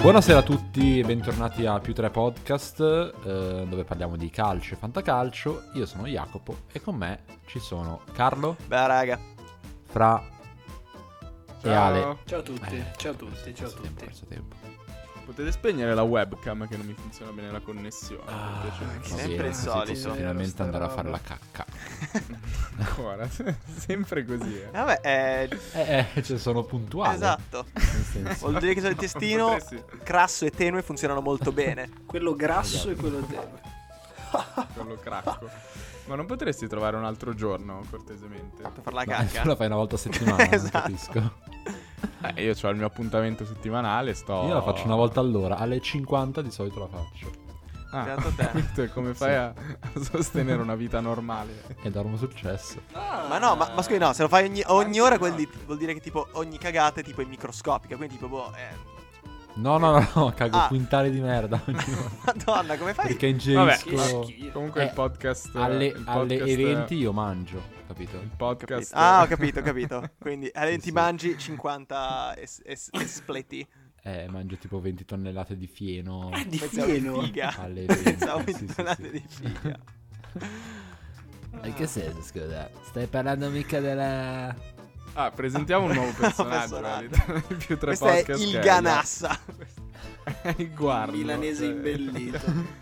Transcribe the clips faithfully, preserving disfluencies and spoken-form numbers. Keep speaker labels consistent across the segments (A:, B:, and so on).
A: Buonasera a tutti e bentornati a Più tre Podcast, eh, dove parliamo di calcio e fantacalcio. Io sono Jacopo e con me ci sono Carlo.
B: Beh raga.
A: Fra
C: ciao.
A: E Ale.
C: Ciao a tutti,
A: eh,
C: ciao a tutti, ciao a tutti.
A: Tempo, perso tempo.
D: Potete spegnere la webcam che non mi funziona bene la connessione.
A: Ah,
D: per
B: sempre
A: bene,
B: il
A: così
B: solito.
A: posso finalmente andare a fare la cacca.
D: Ancora, sempre così. Eh.
B: Vabbè, eh,
A: Eh, eh, cioè sono puntuale.
B: esatto.
A: Nel senso.
B: Vuol dire che il intestino
D: Potresti-
B: crasso e tenue funzionano molto bene.
C: Quello grasso
A: Esatto.
C: e quello tenue.
D: Quello cracco. Ma non potresti trovare un altro giorno, cortesemente?
B: Per fare la
A: No,
B: cacca.
A: tu la fai una volta a settimana,
B: Esatto.
A: non capisco.
D: Eh, io ho il mio appuntamento settimanale, sto...
A: Io la faccio una volta all'ora, alle cinquanta di solito la faccio.
D: Ah,
B: Beato te.
D: te, come fai a, a sostenere una vita normale?
A: E dormo successo.
B: Ma no, ma, ma scusi, no, se lo fai ogni, ogni ora vuol, di- vuol dire che tipo ogni cagata è tipo è microscopica. Quindi tipo, boh, eh.
A: No, no, no, no, cago
B: Ah.
A: quintali di merda.
B: Madonna, come fai?
A: Perché
D: Vabbè,
A: ingerisco...
C: schifo.
D: Comunque
A: Eh,
D: il podcast...
A: alle,
D: il
A: alle
D: podcast-
A: eventi io mangio, capito?
D: Il podcast...
B: Ah, ho capito, ho capito. Quindi alle
A: Sì,
B: ti
A: sì.
B: mangi cinquanta es- es- espleti.
A: Eh, mangio tipo venti tonnellate di fieno
C: Di
B: Pensavo
C: fieno.
B: di figa.
A: alle
B: Pensavo
A: eventi.
B: di
A: Sì, sì,
B: tonnellate
A: sì.
B: di figa.
A: E che senso, scusa? Stai parlando mica della...
D: Ah, presentiamo un nuovo personaggio
B: personaggio.
D: all'interno di più tre
B: Questo è
D: podcast.
B: il
D: che
B: Ganassa.
D: È il guardo.
C: Milanese
D: cioè,
C: imbellito.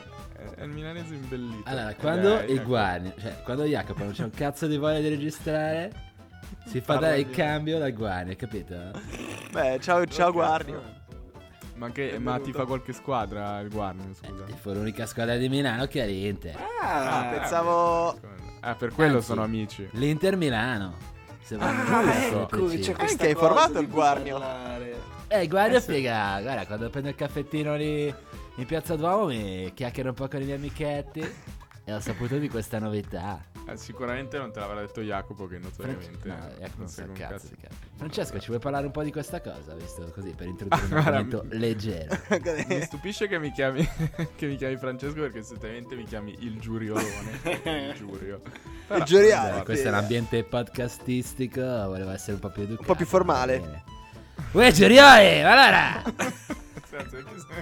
D: È il milanese imbellito.
A: Allora,
D: Ed
A: quando
D: è-
A: il
D: ecco.
A: guardi, cioè, quando Jacopo non c'è un cazzo di voglia di registrare, si fa
D: Parla
A: dare il
D: di-
A: cambio dal guardia, capito?
B: Beh, ciao, ciao
D: Ok.
B: Guardio.
D: Ma, che,
B: È
D: ma
B: venuto.
D: ti fa qualche squadra il Guarnio, scusa?
A: Eh, fu l'unica squadra di Milano che è l'Inter.
C: Ah,
D: Eh,
B: pensavo-
D: Ah, per quello
A: Anzi,
D: sono amici.
A: L'Inter Milano. Se vogliamo
C: Ah,
A: essere
C: ecco,
A: precisi.
C: c'è questa
B: Anche hai
C: cosa
B: formato
C: di
B: il
C: cui
B: Guarnio.
C: parlare.
A: Eh, il guardia
D: Eh, sì.
A: spiega, guarda, quando prendo il caffettino lì in Piazza Duomo mi chiacchiero un po' con i miei amichetti e ho saputo di questa novità.
D: Eh, sicuramente non te l'avrà detto Jacopo, che notoriamente
A: No, Jacopo
D: non
A: non sa
D: segue
A: un
D: un
A: cazzo
D: cazzo.
A: di cazzo. Francesco, ci vuoi parlare un po' di questa cosa, visto così, per introdurre un
D: Guarda,
A: argomento
D: mi-
A: leggero?
D: Mi stupisce che mi chiami che mi chiami Francesco, perché solitamente mi chiami il giuriolone. Il giurio. Però-
B: giuriale.
A: Dai,
B: sì.
A: questo è l'ambiente podcastistico, voleva essere un po' più educato.
B: Un po' più formale.
A: va bene. Uè, Giuriole, ma allora!
D: Senza,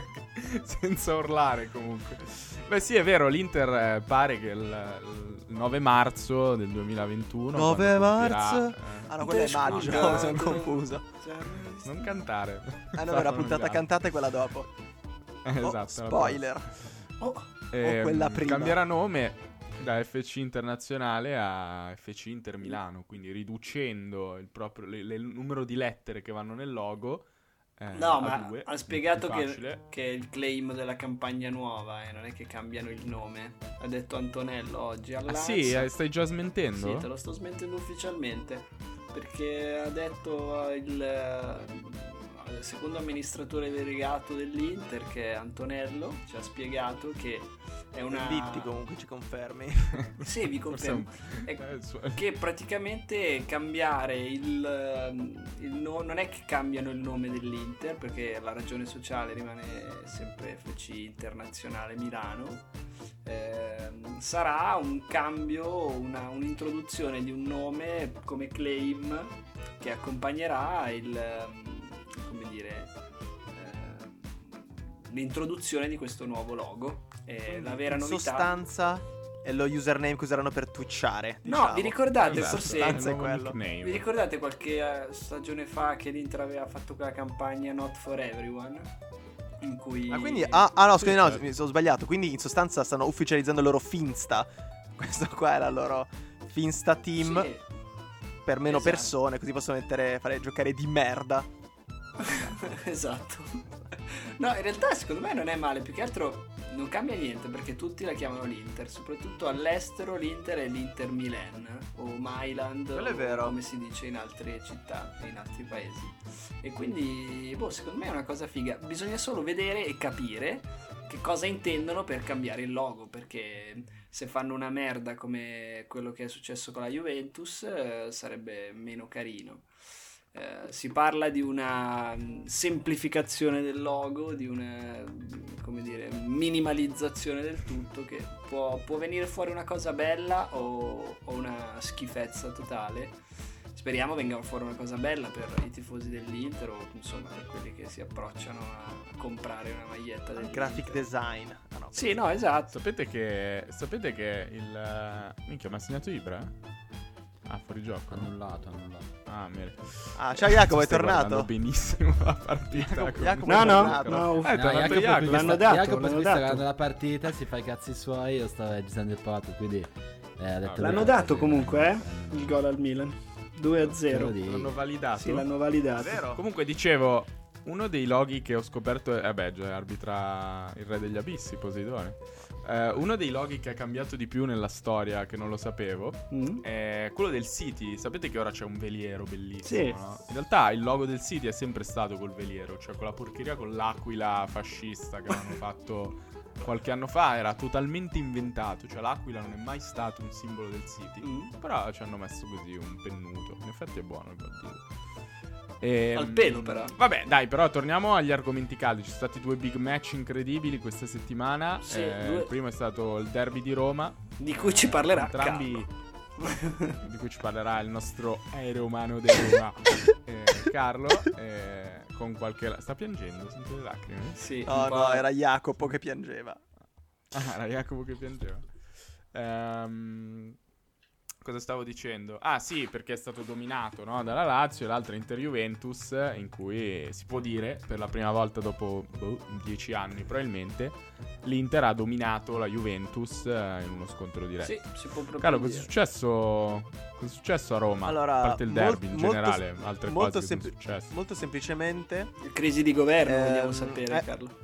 D: senza urlare comunque. Beh sì, è vero, l'Inter eh, pare che il, il nove marzo del duemilaventuno
B: nove
D: quando compirà,
B: marzo?
D: eh,
B: Ah no, quello è maggio,
C: Scusa.
B: sono confuso.
D: non cantare.
B: Ah no, la puntata cantata è quella dopo.
D: Eh,
B: Oh,
D: esatto. la
B: spoiler.
C: Oh,
D: Ehm,
B: o quella prima.
D: Cambierà nome da F C Internazionale a F C Inter Milano, quindi riducendo il, proprio, le- le- il numero di lettere che vanno nel logo. eh,
C: no,
D: a
C: ma
D: due,
C: ha spiegato
D: più
C: che,
D: facile.
C: che è il claim della campagna nuova, eh, non è che cambiano il nome. Ha detto Antonello oggi
D: Ah
C: all'A N S.
D: sì, eh, stai già smentendo?
C: Sì, te lo sto smentendo ufficialmente. Perché ha detto eh, il, eh, il secondo amministratore delegato dell'Inter, che è Antonello, ci ha spiegato che è una...
B: Ditti comunque ci confermi.
C: Sì, vi
D: Forse è un-
C: confermo. È-
D: eh, il suo-
C: che praticamente cambiare il, ehm, il no- non è che cambiano il nome dell'Inter, perché la ragione sociale rimane sempre F C Internazionale Milano. Ehm, sarà un cambio, una, un'introduzione di un nome come claim che accompagnerà il ehm, come dire ehm, l'introduzione di questo nuovo logo. E la vera
B: In
C: novità.
B: sostanza è lo username che useranno per twitchare.
C: No,
B: diciamo.
C: vi ricordate
D: Esatto,
C: forse
D: è il
B: sostanza è
D: nuovo
B: quello.
D: nickname.
C: Vi ricordate qualche eh, stagione fa che l'Inter aveva fatto quella campagna Not for Everyone? In cui...
B: Ah, quindi, ah, ah no, scusi, no,
D: certo.
B: mi sono sbagliato. Quindi in sostanza stanno ufficializzando il loro Finsta. Questo qua è la loro Finsta team
C: Sì,
B: per meno
C: esatto.
B: persone, così possono mettere, fare giocare di merda.
C: esatto. No, in realtà secondo me non è male, più che altro non cambia niente perché tutti la chiamano l'Inter, soprattutto all'estero l'Inter è l'Inter Milan o Mailand,
B: Quello è
C: o
B: vero.
C: come si dice in altre città, in altri paesi. E quindi, boh, secondo me è una cosa figa. Bisogna solo vedere e capire che cosa intendono per cambiare il logo, perché se fanno una merda come quello che è successo con la Juventus eh, sarebbe meno carino. Eh, si parla di una mm, semplificazione del logo, di una mm, come dire, minimalizzazione del tutto, che può, può venire fuori una cosa bella o, o una schifezza totale. speriamo venga fuori una cosa bella per i tifosi dell'Inter o insomma per quelli che si approcciano a comprare una maglietta del
B: Graphic design. Ah, no.
C: Sì, no, esatto.
D: Sapete che sapete che il minchia mi ha segnato Ibra? Ah, fuori gioco.
A: Annullato, annullato.
D: Ah, mere.
B: Ah, ciao Jacopo, è
D: Stai guardando
B: tornato?
D: benissimo la partita.
B: Jacopo-
D: con-
B: Jacopo
C: No,
B: è
C: no,
B: tornato.
C: no.
D: Eh, è
A: No,
D: tornato
A: Jacopo,
D: Jacopo.
A: qui
C: l'hanno
A: sta-
C: dato,
A: Jacopo
C: l'hanno
A: qui sta
C: dato.
A: guardando la partita, si fa i cazzi suoi, io stavo registrando il podcast, quindi eh, ha detto
C: L'hanno
A: lui,
C: dato
A: sì,
C: comunque, eh?
A: eh,
C: Il gol al Milan. due a zero.
A: Te lo dico.
D: L'hanno validato.
C: Sì, l'hanno validato.
B: Vero?
D: Comunque dicevo, uno dei loghi che ho scoperto è, eh beh, già arbitra il re degli abissi, Poseidone. Eh, uno dei loghi che è cambiato di più nella storia, che non lo sapevo,
C: Mm?
D: è quello del City. Sapete che ora c'è un veliero bellissimo,
C: Sì.
D: no? In realtà il logo del City è sempre stato col veliero, cioè con la porcheria con l'aquila fascista che hanno fatto qualche anno fa, era totalmente inventato, cioè l'aquila non è mai stato un simbolo del City,
C: Mm.
D: però ci hanno messo così un pennuto. In effetti è buono il bandito. E,
C: Al pelo, però.
D: Vabbè, dai, però torniamo agli argomenti caldi. Ci sono stati due big match incredibili questa settimana.
C: Sì,
D: Eh,
C: due-
D: Il primo è stato il derby di Roma.
C: Di cui ci parlerà
D: Entrambi,
C: Carlo.
D: di cui ci parlerà il nostro aereo umano di Roma, eh, Carlo. eh, con qualche. la- Sta piangendo, sento le lacrime.
C: Sì,
B: No,
C: un po'.
B: no, era Jacopo che piangeva.
D: Ah, era Jacopo che piangeva. Ehm, cosa stavo dicendo? Ah, sì, perché è stato dominato, no, dalla Lazio, e l'altra Inter-Juventus, in cui si può dire, per la prima volta dopo boh, dieci anni probabilmente, l'Inter ha dominato la Juventus eh, in uno scontro diretto.
C: Sì, si può proprio
D: Carlo, cosa è
C: dire.
D: successo? Cosa è successo a Roma?
B: Allora,
D: a parte il derby
B: mol-
D: in
B: molto-
D: generale, altre
B: molto
D: cose che
B: sempli-
D: sono successe.
B: Molto semplicemente.
C: Crisi di governo,
B: Ehm,
C: vogliamo sapere,
B: eh,
C: Carlo.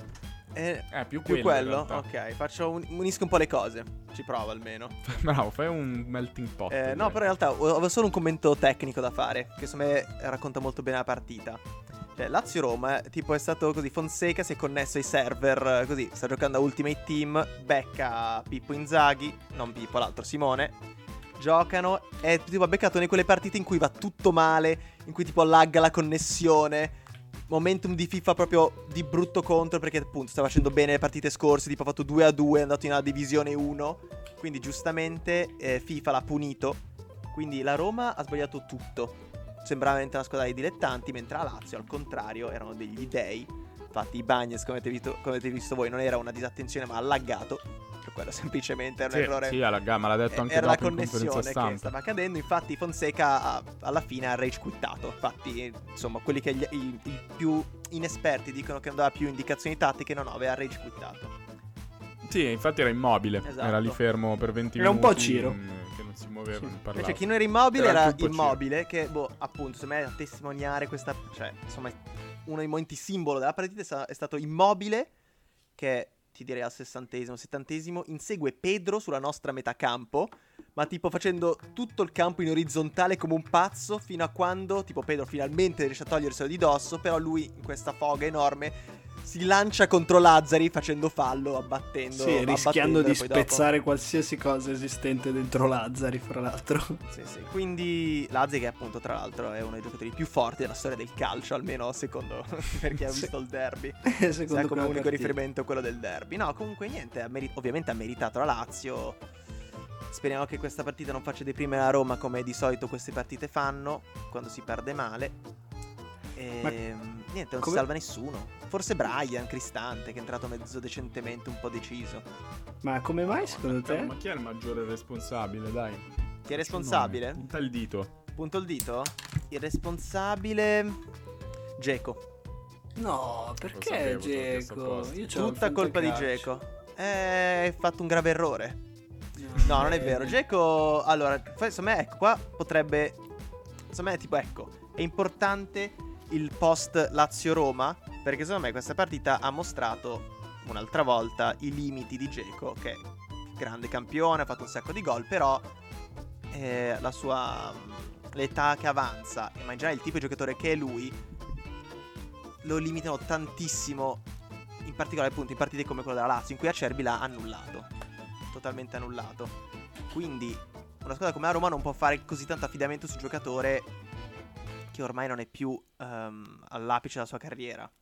B: Eh,
D: Eh, più
B: più
D: quello,
B: quello?
D: in realtà.
B: Ok, faccio un- unisco un po' le cose. Ci provo almeno.
D: Bravo, fai un melting pot.
B: Eh, no,
D: direi.
B: però in realtà ho avevo solo un commento tecnico da fare, che secondo me racconta molto bene la partita. Cioè, Lazio-Roma, eh, tipo è stato così, Fonseca si è connesso ai server, eh, così, sta giocando a Ultimate Team, becca Pippo Inzaghi, non Pippo, l'altro Simone, giocano, e tipo ha beccato in quelle partite in cui va tutto male, in cui tipo lagga la connessione, momentum di FIFA proprio di brutto contro, perché appunto sta facendo bene le partite scorse, tipo ha fatto due a due, è andato in una divisione uno, quindi giustamente eh, FIFA l'ha punito, quindi la Roma ha sbagliato tutto. Sembrava veramente una squadra di dilettanti, mentre la Lazio al contrario erano degli dei. Infatti i Bagnets, come avete visto, come avete visto voi, non era una disattenzione ma ha laggato, per quello semplicemente era un
D: Sì,
B: errore.
D: sì, alla gamma l'ha detto anche
B: Era la
D: dopo in conferenza
B: connessione che
D: stampa.
B: stava accadendo. Infatti Fonseca ha- alla fine ha rage quittato. Infatti insomma quelli che gli- i, i più inesperti dicono che non dava più indicazioni tattiche, no no, aveva rage quittato.
D: Sì, infatti era immobile,
B: Esatto.
D: era lì fermo per venti
C: Era un
D: minuti.
C: po' Ciro.
D: mm, Che non si muoveva,
C: Sì.
D: non parlava.
B: Invece chi non era immobile
D: Era
B: era,
D: anche un po'
B: immobile, che boh, appunto, secondo me a testimoniare questa, cioè, insomma, uno dei momenti simbolo della partita è sta- è stato Immobile, che ti direi al sessantesimo, settantesimo, insegue Pedro sulla nostra metà campo, ma tipo facendo tutto il campo in orizzontale come un pazzo, fino a quando, tipo, Pedro finalmente riesce a toglierselo di dosso, però lui in questa foga enorme si lancia contro Lazzari facendo fallo, abbattendo,
C: Sì, rischiando
B: abbattendolo,
C: di
B: poi dopo-
C: spezzare qualsiasi cosa esistente dentro Lazzari, fra l'altro.
B: Sì, sì. Quindi Lazzi, che appunto tra l'altro è uno dei giocatori più forti della storia del calcio, almeno secondo per chi ha
C: Sì.
B: visto il derby.
C: Secondo
B: Se ha come
C: quella
B: unico
C: partita.
B: riferimento quello del derby. No, comunque niente, ha meri- ovviamente ha meritato la Lazio. Speriamo che questa partita non faccia deprimere la Roma come di solito queste partite fanno, quando si perde male. E
C: Ma
B: niente, non
C: come-
B: si salva nessuno. Forse Brian Cristante, che è entrato mezzo decentemente, un po' deciso.
C: Ma come mai secondo te?
D: Ma chi è il maggiore responsabile, dai?
B: Chi è responsabile?
D: Punta il dito.
B: Punto il dito? Il responsabile... Geco.
C: No, perché
D: sapevo, te l'ho chiesto
C: Geco?
D: apposta.
C: Io c'ho il
B: Tutta colpa di
C: fantacalcio.
B: Geco. Eh, hai fatto un grave errore. No, non è vero. Geco, allora, poi, secondo me, ecco, qua potrebbe... Secondo me, tipo, ecco, è importante il post Lazio-Roma, perché secondo me questa partita ha mostrato un'altra volta i limiti di Geco, che è grande campione, ha fatto un sacco di gol, però eh, la sua... l'età che avanza, ma in generale il tipo di giocatore che è lui, lo limitano tantissimo, in particolare appunto in partite come quella della Lazio, in cui Acerbi l'ha annullato, totalmente annullato. Quindi una squadra come la Roma non può fare così tanto affidamento sul giocatore che ormai non è più um, all'apice della sua carriera.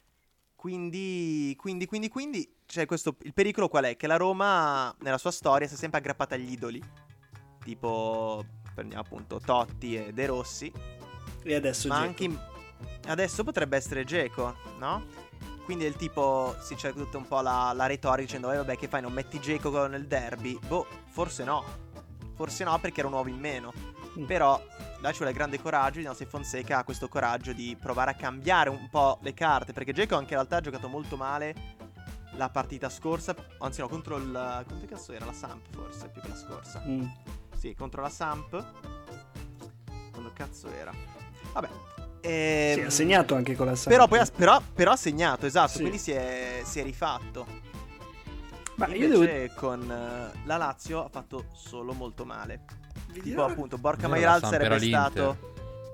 B: Quindi, quindi, quindi, quindi c'è questo, il pericolo qual è? Che la Roma nella sua storia si è sempre aggrappata agli idoli, tipo prendiamo appunto Totti e De Rossi.
C: E adesso
B: Ma
C: Dzeko.
B: anche in- adesso potrebbe essere Dzeko, no? Quindi è il tipo, si c'è tutta un po' la, la retorica dicendo eh, vabbè, che fai, non metti Dzeko nel derby? Boh, forse no. Forse no, perché era un uovo in meno.
C: Mm.
B: Però là ci vuole grande coraggio. Di José Fonseca ha questo coraggio di provare a cambiare un po' le carte, perché Dzeko anche in realtà ha giocato molto male la partita scorsa. Anzi no, contro il... contro che cazzo era? La Samp forse, più che la scorsa.
C: Mm.
B: Sì, contro la Samp. Quando cazzo era? Vabbè. Ehm,
C: Sì, ha segnato anche con la Samp.
B: Però poi ha, però, però ha segnato, esatto.
C: Sì.
B: Quindi si è, si è rifatto.
C: Ma io devo
B: Invece con eh, la Lazio ha fatto solo molto male.
C: vi
B: Tipo
C: dirò-
B: appunto Borca
A: Non era
B: Mayoral
A: la Samp,
B: sarebbe
A: era l'Inter.
B: stato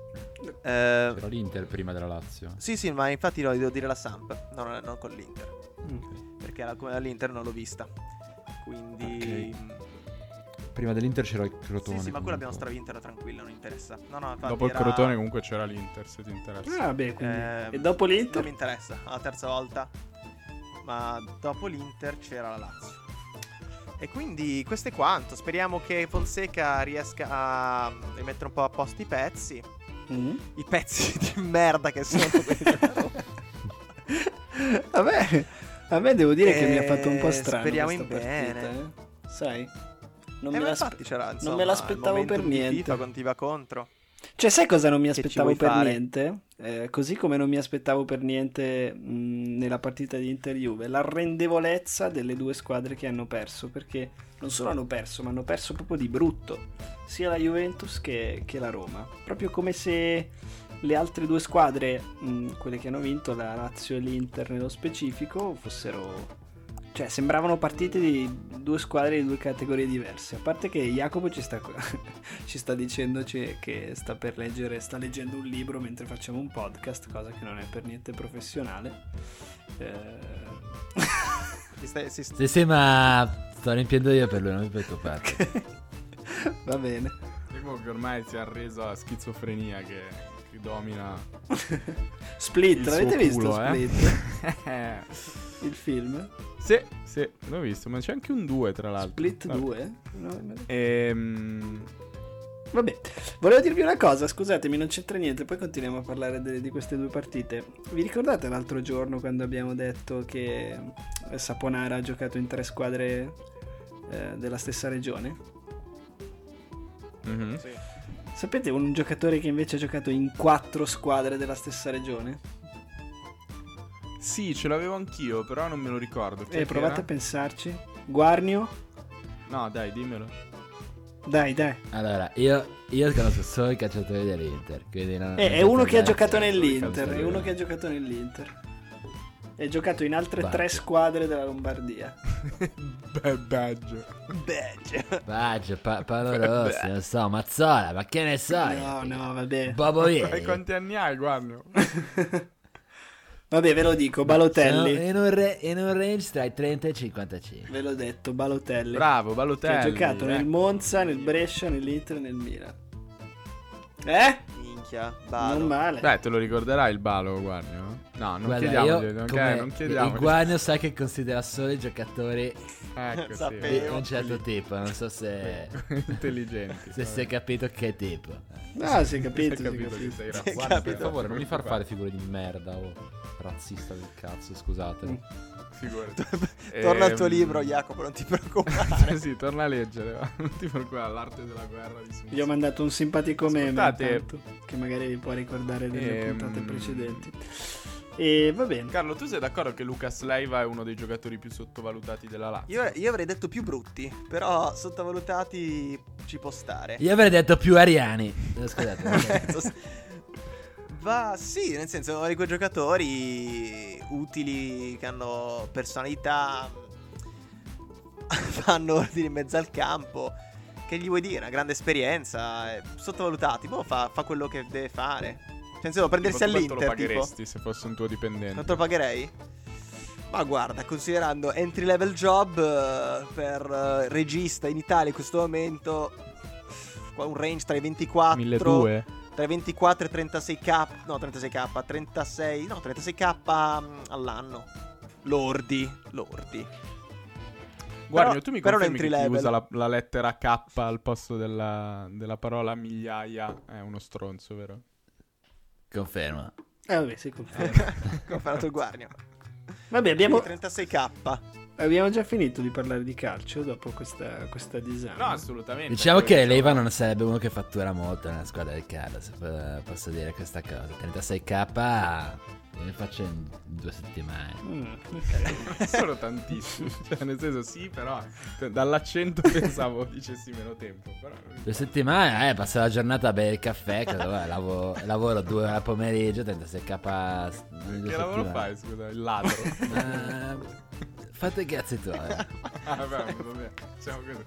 B: eh,
A: Era l'Inter prima della Lazio.
B: Sì sì, ma infatti no, devo dire la Samp. No, no, non con l'Inter.
C: Mm.
B: Perché la, come l'Inter non l'ho vista. Quindi mm,
A: Prima dell'Inter c'era il Crotone.
B: sì sì, ma quella abbiamo
A: comunque.
B: stravinta, era tranquilla, non interessa. No no, infatti
D: Dopo il
B: era-
D: Crotone comunque c'era l'Inter, se ti interessa.
C: Ah, beh, quindi.
B: Eh,
C: E dopo
B: Non
C: l'Inter?
B: mi interessa, alla terza volta. Ma dopo l'Inter c'era la Lazio. E quindi questo è quanto. Speriamo che Fonseca riesca a rimettere un po' a posto i pezzi.
C: Mm.
B: I pezzi di merda che sono quelli della Roma.
C: A me, a me devo dire che mi ha fatto un po'
B: Eh,
C: strano
B: speriamo
C: questa
B: in
C: partita,
B: bene.
C: eh. Sai? Non
B: Eh,
C: me,
B: ma
C: l'aspe-
B: infatti c'era,
C: non
B: insomma,
C: me l'aspettavo
B: il
C: per
B: momentum di
C: niente.
B: FIFA quando ti va contro.
C: Cioè, sai cosa non mi
B: Che ci
C: aspettavo
B: vuoi
C: per
B: fare?
C: niente? Eh, così come non mi aspettavo per niente mh, nella partita di Inter-Juve, l'arrendevolezza delle due squadre che hanno perso, perché non solo hanno perso, ma hanno perso proprio di brutto, sia la Juventus che, che la Roma. Proprio come se le altre due squadre, mh, quelle che hanno vinto, la Lazio e l'Inter nello specifico, fossero... Cioè, sembravano partite di due squadre di due categorie diverse. A parte che Jacopo ci sta, ci sta dicendoci che sta per leggere, sta leggendo un libro mentre facciamo un podcast, cosa che non è per niente professionale. Eh...
B: Si sta- si sta-
A: Sì, sì, ma sto riempiendo io per lui, non mi preoccupare.
C: Va bene.
D: Dico che ormai si è arreso alla schizofrenia che, che domina
C: Split,
D: il
C: l'avete
D: suo
C: visto
D: culo, eh?
C: Split? Il film?
D: Sì, sì, l'ho visto, ma c'è anche un due tra l'altro.
C: Split
D: Vabbè.
C: due? No, no.
D: Ehm,
C: Vabbè, volevo dirvi una cosa, scusatemi, non c'entra niente, poi continuiamo a parlare de- di queste due partite. Vi ricordate l'altro giorno quando abbiamo detto che eh, Saponara ha giocato in tre squadre eh, della stessa regione?
D: mhm.
B: sì.
C: Sapete un giocatore che invece ha giocato in quattro squadre della stessa regione?
D: Sì, ce l'avevo anch'io, però non me lo ricordo. Chi è
C: Eh,
D: che
C: provate
D: era?
C: a pensarci. Guarnio?
D: No, dai, dimmelo.
C: Dai, dai.
A: Allora, io, io conosco solo i calciatori dell'Inter. Quindi non,
C: Eh,
A: non
C: è uno
A: posso
C: che ha
A: andare
C: giocato
A: a-
C: nell'Inter,
A: calciatori.
C: è uno che ha giocato nell'Inter. E ha giocato in altre
A: Guarda.
C: tre squadre della Lombardia.
D: Beh, badge.
B: Badge.
A: Baggio, pa- Paolo Rossi, non so, Mazzola, ma che ne so?
C: No, no, vabbè.
A: Bobo
D: E
A: ieri.
D: quanti anni hai, guarda?
C: Vabbè, ve lo dico, Balotelli.
A: Sono in un, re- in un range tra i trenta e i cinquantacinque.
C: Ve l'ho detto, Balotelli.
D: Bravo,
C: Che
D: Balotelli.
C: ha giocato nel
D: eh.
C: Monza, nel Brescia, nell'Inter e nel Milan. Eh?
B: Minchia,
C: Non
B: Balo.
C: male.
D: Beh, te lo ricorderai il Balo, guarda. No, non
A: Guarda,
D: chiediamogli,
A: io
D: ok?
A: come
D: Non chiediamogli.
A: il Guagno sa che considera solo i giocatori
D: Ecco, sì.
B: Sapevo.
A: di
B: Io-
A: un certo tipo, non so se,
D: Intelligenti.
A: se si è capito che tipo.
C: No, si è capito,
D: Si è
C: si è
D: capito che
C: capito.
D: sei
B: Sì,
D: razzista.
A: Guarda, per
B: capito.
A: favore, non mi far fare figure di merda o razzista del cazzo, scusate.
C: Mm.
D: Figurati.
B: Torna al tuo
D: Ehm,
B: libro, Jacopo, non ti preoccupare.
D: sì, torna a leggere. va. Non ti preoccupare, l'arte della guerra di Sun
C: Gli ho
D: Tzu.
C: mandato un simpatico meme
D: Ascoltate.
C: intanto, che magari vi può ricordare delle
D: Ehm,
C: puntate precedenti. E va bene.
D: Carlo, tu sei d'accordo che Lucas Leiva è uno dei giocatori più sottovalutati della Lazio?
B: Io, io avrei detto più brutti, però sottovalutati ci può stare.
A: Io avrei detto più ariani. Eh, Scusate.
B: Va, sì, nel senso, uno di quei giocatori utili, che hanno personalità, fanno ordine in mezzo al campo. Che gli vuoi dire? Una grande esperienza, eh, sottovalutati. Boh, fa, fa quello che deve fare. Senza prendersi
D: Tipo, tu quanto
B: all'Inter,
D: lo
B: tipo.
D: pagheresti se fosse un tuo dipendente?
B: Quanto lo pagherei? Ma guarda, considerando entry level job eh, per eh, regista in Italia in questo momento, qua un range tra i ventiquattro
D: milleduecento?
B: tra i ventiquattro e i trentasei k, no trentasei k, trentasei, no trentasei k mm, all'anno. Lordi, lordi.
D: Guarda, tu mi
B: però
D: confermi che chi
B: l'entry
D: usa
B: level.
D: la, la lettera K al posto della, della parola migliaia è uno stronzo, vero?
E: Conferma.
C: Eh vabbè, si conferma.
B: Comparato il Guarnio.
C: Vabbè, abbiamo,
B: trentasei K.
C: abbiamo già finito di parlare di calcio dopo questa, questa disama.
D: No, assolutamente.
E: Diciamo
D: Poi,
E: che
D: diciamo-
E: Leiva non sarebbe uno che fattura molto nella squadra del Carlo, se po- posso dire questa cosa. trentasei K ne faccio in due settimane.
C: Mm, ok.
D: Sono tantissimi. Cioè, nel senso, sì, però t- dall'accento pensavo dicessi meno tempo. Però...
E: Due settimane, eh, passo la giornata a bere il caffè, che dove lavoro, lavoro due ore al pomeriggio, trentasei K in due
D: Che lavoro
E: settimane.
D: fai, scusa? Il ladro.
E: Ma fate i cazzi tuoi.
D: Ah, vabbè, vabbè, siamo così.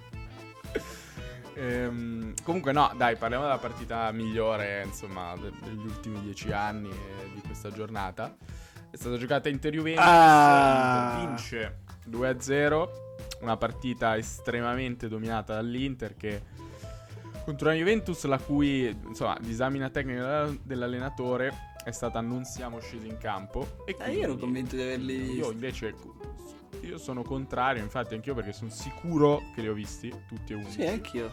D: Ehm, comunque no, dai, parliamo della partita migliore, insomma, de- degli ultimi dieci anni e di questa giornata. È stata giocata Inter-Juventus,
C: Ah.
D: l'Inter vince due a zero, una partita estremamente dominata dall'Inter che contro una Juventus la cui, insomma, disamina tecnica dell'allenatore è stata non siamo scesi in campo. E
C: Ah, io ero
D: quindi-
C: convinto di averli visti.
D: io invece io sono contrario, infatti anch'io, perché sono sicuro che li ho visti tutti e undici.
C: Sì, anch'io.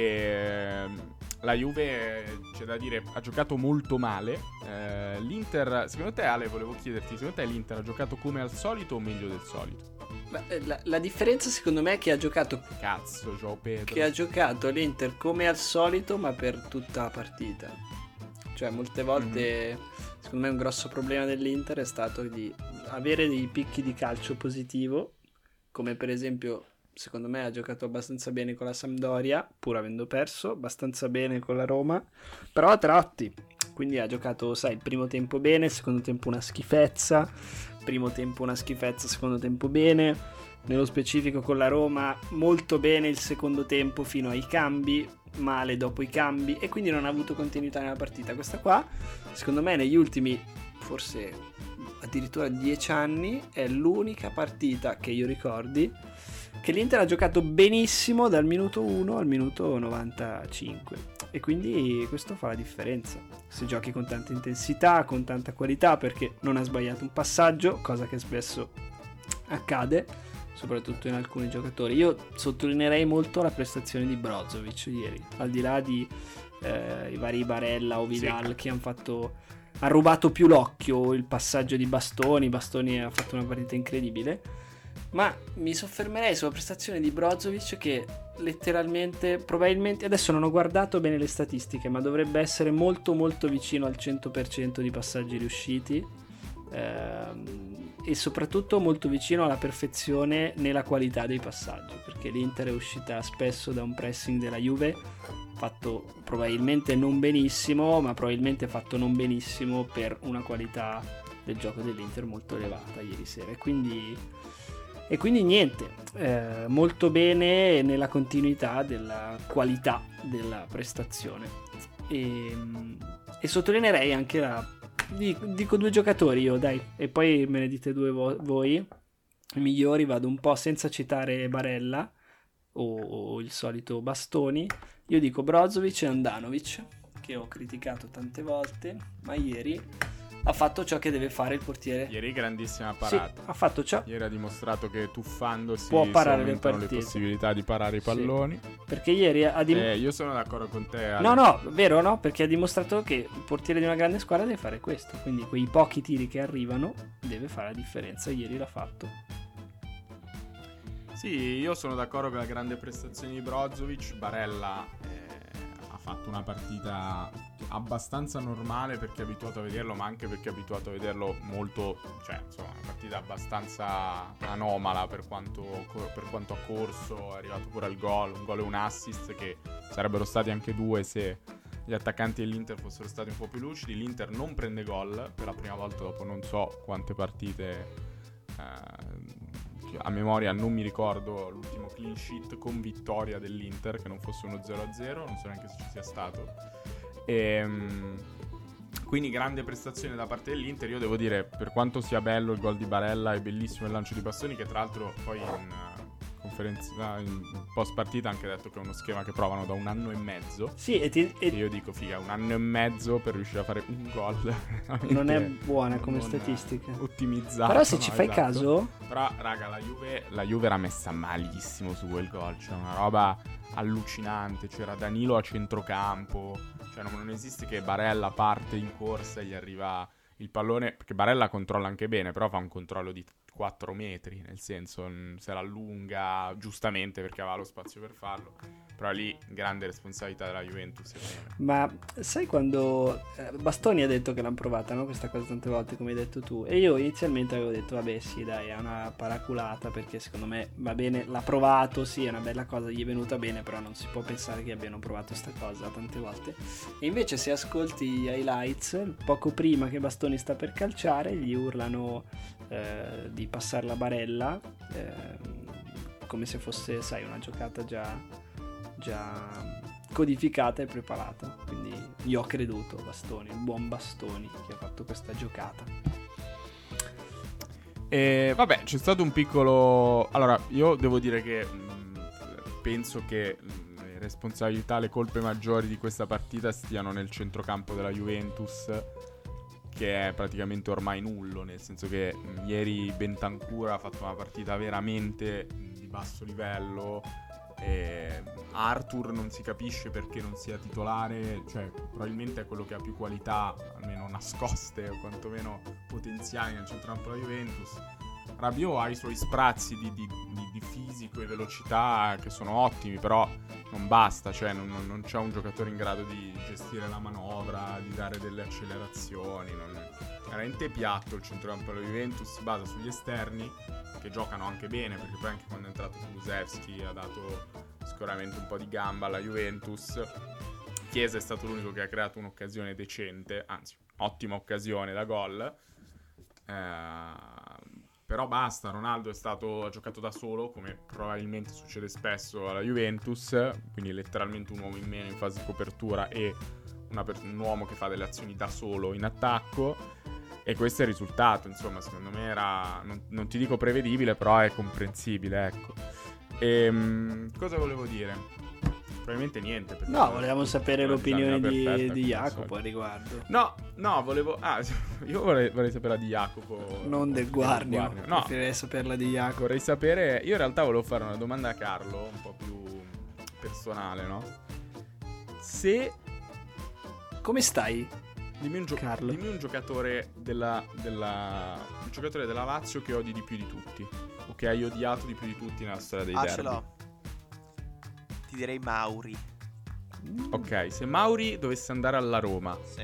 D: E la Juve, c'è da dire, ha giocato molto male. Eh, L'Inter, secondo te, Ale, volevo chiederti, secondo te l'Inter ha giocato come al solito o meglio del solito?
C: Ma, eh, la, la differenza secondo me è che ha giocato
D: Cazzo, Joao Pedro.
C: che ha giocato l'Inter come al solito, ma per tutta la partita. Cioè, molte volte, secondo me, un grosso problema dell'Inter è stato di avere dei picchi di calcio positivo, come per esempio, secondo me, ha giocato abbastanza bene con la Sampdoria, pur avendo perso, abbastanza bene con la Roma, però a tratti. Quindi ha giocato, sai, il primo tempo bene, il secondo tempo una schifezza, primo tempo una schifezza, secondo tempo bene. Nello specifico con la Roma molto bene il secondo tempo fino ai cambi, male dopo i cambi, e quindi non ha avuto continuità nella partita. Questa qua, secondo me, negli ultimi forse addirittura dieci anni è l'unica partita che io ricordi che l'Inter ha giocato benissimo dal minuto uno al minuto novantacinque, e quindi questo fa la differenza. Se giochi con tanta intensità, con tanta qualità, perché non ha sbagliato un passaggio, cosa che spesso accade soprattutto in alcuni giocatori. Io sottolineerei molto la prestazione di Brozovic ieri, al di là di eh, i vari Barella o Vidal,
D: Sì.
C: che hanno fatto ha rubato più l'occhio il passaggio di Bastoni. Bastoni ha fatto una partita incredibile, ma mi soffermerei sulla prestazione di Brozovic, che letteralmente, probabilmente, adesso non ho guardato bene le statistiche, ma dovrebbe essere molto molto vicino al cento per cento di passaggi riusciti, ehm, e soprattutto molto vicino alla perfezione nella qualità dei passaggi, perché l'Inter è uscita spesso da un pressing della Juve fatto probabilmente non benissimo, ma probabilmente fatto non benissimo per una qualità del gioco dell'Inter molto elevata ieri sera, e quindi e quindi niente, eh, molto bene nella continuità della qualità della prestazione. E, e sottolineerei anche la dico, dico due giocatori io, dai, e poi me ne dite due vo- voi i migliori. Vado un po' senza citare Barella o, o il solito Bastoni. Io dico Brozovic e Andanovic, che ho criticato tante volte, ma ieri ha fatto ciò che deve fare il portiere.
D: Ieri grandissima
C: Sì,
D: parata.
C: ha fatto ciò,
D: Ieri ha dimostrato che tuffandosi
C: Può
D: si
C: parare le
D: aumentano le,
C: partite.
D: possibilità di parare i
C: Sì.
D: palloni.
C: perché ieri ha dimostrato...
D: Eh, io sono d'accordo con te, Ale.
C: No, no, vero, no? Perché ha dimostrato che il portiere di una grande squadra deve fare questo. Quindi quei pochi tiri che arrivano deve fare la differenza. Ieri l'ha fatto.
D: Sì, io sono d'accordo con la grande prestazione di Brozovic. Barella eh, ha fatto una partita abbastanza normale perché è abituato a vederlo, ma anche perché è abituato a vederlo molto, cioè insomma una partita abbastanza anomala per quanto, per quanto ha corso. È arrivato pure al gol, un gol e un assist che sarebbero stati anche due se gli attaccanti dell'Inter fossero stati un po' più lucidi. L'Inter non prende gol per la prima volta dopo non so quante partite. eh, A memoria non mi ricordo l'ultimo clean sheet con vittoria dell'Inter che non fosse uno zero a zero, non so neanche se ci sia stato. E, quindi grande prestazione da parte dell'Inter. Io devo dire, per quanto sia bello il gol di Barella e bellissimo il lancio di Bastoni, che tra l'altro poi in, conferenza in post partita ha anche detto che è uno schema che provano da un anno e mezzo.
F: Sì, e, ti, e...
D: e io dico figa, un anno e mezzo per riuscire a fare un gol
F: non è buona come
D: non
F: statistica,
D: ottimizzata.
F: però se
D: no,
F: ci fai
D: esatto.
F: caso,
D: però raga, la Juve la Juve era messa malissimo su quel gol, cioè una roba allucinante. C'era Danilo a centrocampo, cioè non, non esiste che Barella parte in corsa e gli arriva il pallone, perché Barella controlla anche bene, però fa un controllo di quattro metri, nel senso se la allunga giustamente perché aveva lo spazio per farlo, però lì grande responsabilità della Juventus.
F: ma sai quando eh, Bastoni ha detto che l'hanno provata, no? Questa cosa tante volte come hai detto tu, e io inizialmente avevo detto vabbè sì dai, è una paraculata perché secondo me va bene, l'ha provato, sì è una bella cosa, gli è venuta bene, però non si può pensare che abbiano provato sta cosa tante volte. E invece se ascolti gli highlights, poco prima che Bastoni sta per calciare gli urlano eh, di passare la Barella, eh, come se fosse, sai, una giocata già già codificata e preparata. Quindi io ho creduto Bastoni, il buon Bastoni che ha fatto questa giocata.
D: E vabbè, c'è stato un piccolo... Allora, io devo dire che mh, penso che mh, le responsabilità, le colpe maggiori di questa partita stiano nel centrocampo della Juventus, che è praticamente ormai nullo, nel senso che mh, ieri Bentancur ha fatto una partita veramente mh, di basso livello. E Arthur non si capisce perché non sia titolare, cioè probabilmente è quello che ha più qualità, almeno nascoste o quantomeno potenziali nel centrocampo della Juventus. Rabiot ha i suoi sprazzi di, di, di, di fisico e velocità che sono ottimi, però non basta, cioè non, non c'è un giocatore in grado di gestire la manovra, di dare delle accelerazioni. Non è veramente piatto il centrocampo della Juventus, si basa sugli esterni che giocano anche bene, perché poi anche quando è entrato Kulusevski ha dato sicuramente un po' di gamba alla Juventus. Chiesa è stato l'unico che ha creato un'occasione decente, anzi ottima occasione da gol, eh, però basta. Ronaldo è stato, ha giocato da solo, come probabilmente succede spesso alla Juventus, quindi letteralmente un uomo in meno in fase di copertura e una per- un uomo che fa delle azioni da solo in attacco. E questo è il risultato, insomma, secondo me era, non, non ti dico prevedibile, però è comprensibile, ecco. E, cosa volevo dire? Probabilmente niente.
F: No, volevamo sapere l'opinione di,
D: perfetta,
F: di Jacopo al riguardo.
D: No, no, volevo... Ah, io vorrei, vorrei sapere la di Jacopo.
F: Non del Guarnio,
D: del Guarnio. No,
F: preferirei saperla di Jacopo.
D: Vorrei sapere... Io in realtà volevo fare una domanda a Carlo, un po' più personale, no? Se...
F: Come stai?
D: Dimmi un, gio-
F: Carlo.
D: dimmi un giocatore della, della un giocatore della Lazio che odi di più di tutti, o che hai odiato di più di tutti nella storia dei
B: Ah,
D: derby.
B: ce l'ho. Ti direi Mauri.
D: Ok, se Mauri dovesse andare alla Roma
B: Sì.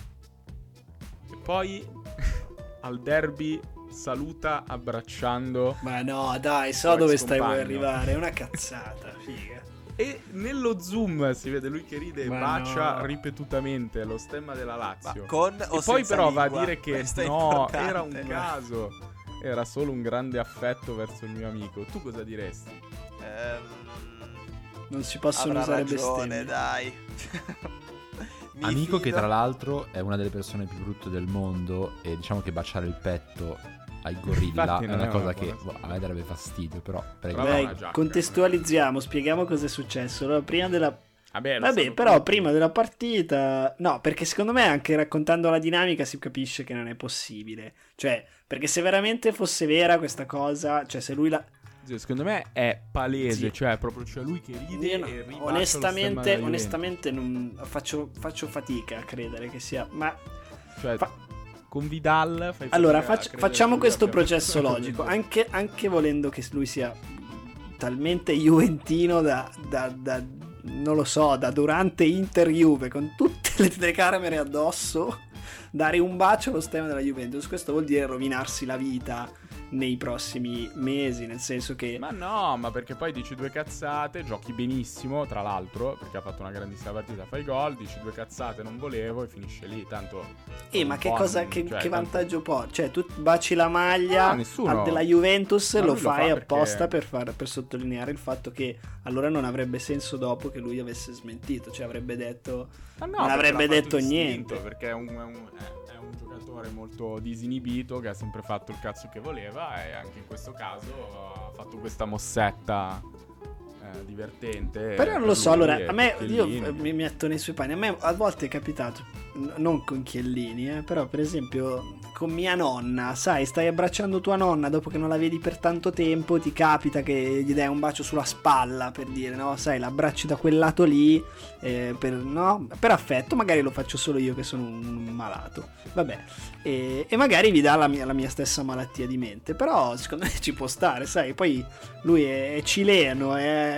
D: e poi al derby saluta abbracciando,
F: Ma no, dai, so
D: Tuo
F: dove
D: ex
F: stai vuoi
D: compagno.
F: arrivare. È una cazzata, figa.
D: e nello zoom si vede lui che ride e
F: Ma
D: bacia
F: no.
D: ripetutamente lo stemma della
B: Ma
D: Lazio.
B: con
D: E
B: o
D: poi
B: senza
D: però va a
B: lingua?
D: dire che
B: Questo è
D: no,
B: importante.
D: era un caso, era solo un grande affetto verso il mio amico. Tu cosa diresti?
B: Ehm,
F: Non si possono
B: avrà
F: usare
B: ragione,
F: bestemmie.
B: dai. Mi
A: Amico che
B: fido.
A: tra l'altro è una delle persone più brutte del mondo, e diciamo che baciare il petto ai gorilla
D: Infatti
A: è
D: non
A: una
D: è
A: cosa
D: una
A: che
D: buona
A: boh, a me darebbe fastidio, però prego.
D: Brava.
F: Dai,
D: una giacca,
F: contestualizziamo, spieghiamo cosa è successo. Allora, prima della
D: Vabbè, lo
F: Vabbè,
D: sanno
F: però
D: tutti.
F: prima della partita, no, perché secondo me anche raccontando la dinamica si capisce che non è possibile. Cioè, perché se veramente fosse vera questa cosa, cioè se lui la
D: Zio, secondo me è palese,
F: Sì.
D: cioè proprio c'è lui che ride
F: Io no,
D: e ribacia lo stemma
F: onestamente,
D: della
F: onestamente non faccio, faccio fatica a credere che sia, ma
D: Juventus. Cioè,
F: fa-
D: con Vidal fai
F: allora
D: fatica a
F: faccia-
D: credere
F: facciamo
D: che
F: questo
D: lui abbia
F: processo
D: fatto-
F: logico, anche, anche volendo che lui sia talmente juventino da, da, da non lo so, da durante Inter Juve con tutte le telecamere addosso dare un bacio allo stemma della Juventus. Questo vuol dire rovinarsi la vita nei prossimi mesi, nel senso che
D: Ma no, ma perché poi dici due cazzate, giochi benissimo, tra l'altro, perché ha fatto una grandissima partita, fai gol, dici due cazzate, non volevo, e finisce lì, tanto...
F: Eh, ma
D: un
F: che
D: po'
F: cosa,
D: non-
F: che,
D: cioè,
F: che
D: tanto-
F: vantaggio porta? Cioè, tu baci la maglia
D: No, nessuno.
F: a- della Juventus,
D: Ma
F: lo
D: lui lo
F: fai
D: fa
F: apposta
D: perché-
F: per, far, per sottolineare il fatto che allora non avrebbe senso dopo che lui avesse smentito, cioè avrebbe detto...
D: Ma no,
F: non
D: perché
F: avrebbe
D: l'ha fatto
F: detto
D: distinto,
F: niente.
D: perché è un, è un- è- è un giocatore giocatore molto disinibito che ha sempre fatto il cazzo che voleva, e anche in questo caso ha fatto questa mossetta eh, divertente.
F: Però non
D: per
F: lo so,
D: lui
F: allora
D: e
F: a me io
D: Chiellini.
F: mi metto nei suoi panni. A me a volte è capitato, n- non con Chiellini, eh, però per esempio con mia nonna, sai, stai abbracciando tua nonna dopo che non la vedi per tanto tempo, ti capita che gli dai un bacio sulla spalla, per dire, no? Sai, l'abbracci da quel lato lì, eh, per, no? Per affetto, magari lo faccio solo io che sono un malato, vabbè, e, e magari vi dà la mia, la mia stessa malattia di mente, però secondo me ci può stare, sai, poi lui è, è cileno,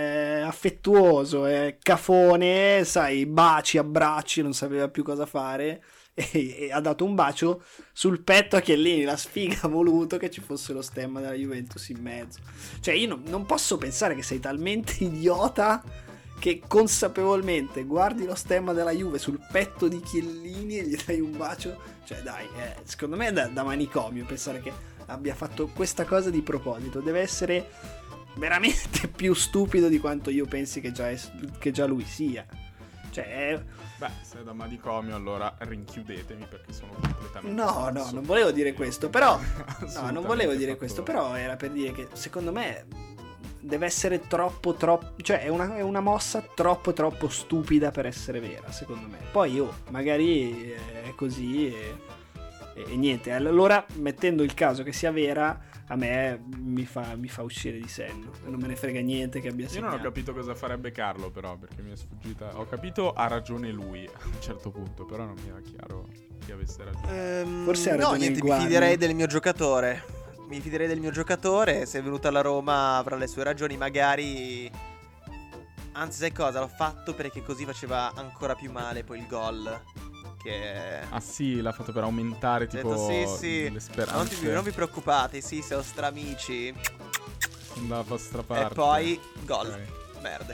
F: è affettuoso, è cafone, sai, baci, abbracci, non sapeva più cosa fare. E, e ha dato un bacio sul petto a Chiellini. La sfiga ha voluto che ci fosse lo stemma della Juventus in mezzo. Cioè io non, non posso pensare che sei talmente idiota che consapevolmente guardi lo stemma della Juve sul petto di Chiellini e gli dai un bacio. Cioè dai, eh, secondo me è da, da manicomio pensare che abbia fatto questa cosa di proposito. Deve essere veramente più stupido di quanto io pensi che già, è, che già lui sia. Cioè è...
D: Beh, se è da manicomio allora rinchiudetemi perché sono completamente
F: No, no,
D: pazzo.
F: non volevo dire questo, però no, non
D: Assolutamente
F: volevo dire
D: fattore.
F: questo, però era per dire che secondo me deve essere troppo troppo, cioè è una, è una mossa troppo troppo stupida per essere vera, secondo me. Poi io magari è così e, e niente, allora mettendo il caso che sia vera, a me mi fa, mi fa uscire di senno. Non me ne frega niente che abbia
D: Io
F: segnato.
D: non ho capito cosa farebbe Carlo, però, perché mi è sfuggita. Ho capito, ha ragione lui a un certo punto, però non mi era chiaro che avesse ragione.
B: Ehm,
F: Forse ha
B: no,
F: ragione
B: niente,
F: il
B: mi
F: Guardi.
B: fiderei del mio giocatore. Mi fiderei del mio giocatore. Se è venuto alla Roma avrà le sue ragioni, magari. Anzi, sai cosa? L'ho fatto perché così faceva ancora più male poi il gol. Che.
D: Ah sì, l'ha fatto per aumentare
B: Ho
D: tipo
B: detto, sì, sì.
D: le speranze.
B: Non, ti- non vi preoccupate, sì, siamo stramici.
D: dalla vostra parte.
B: E poi gol.
D: Ok.
B: Merde.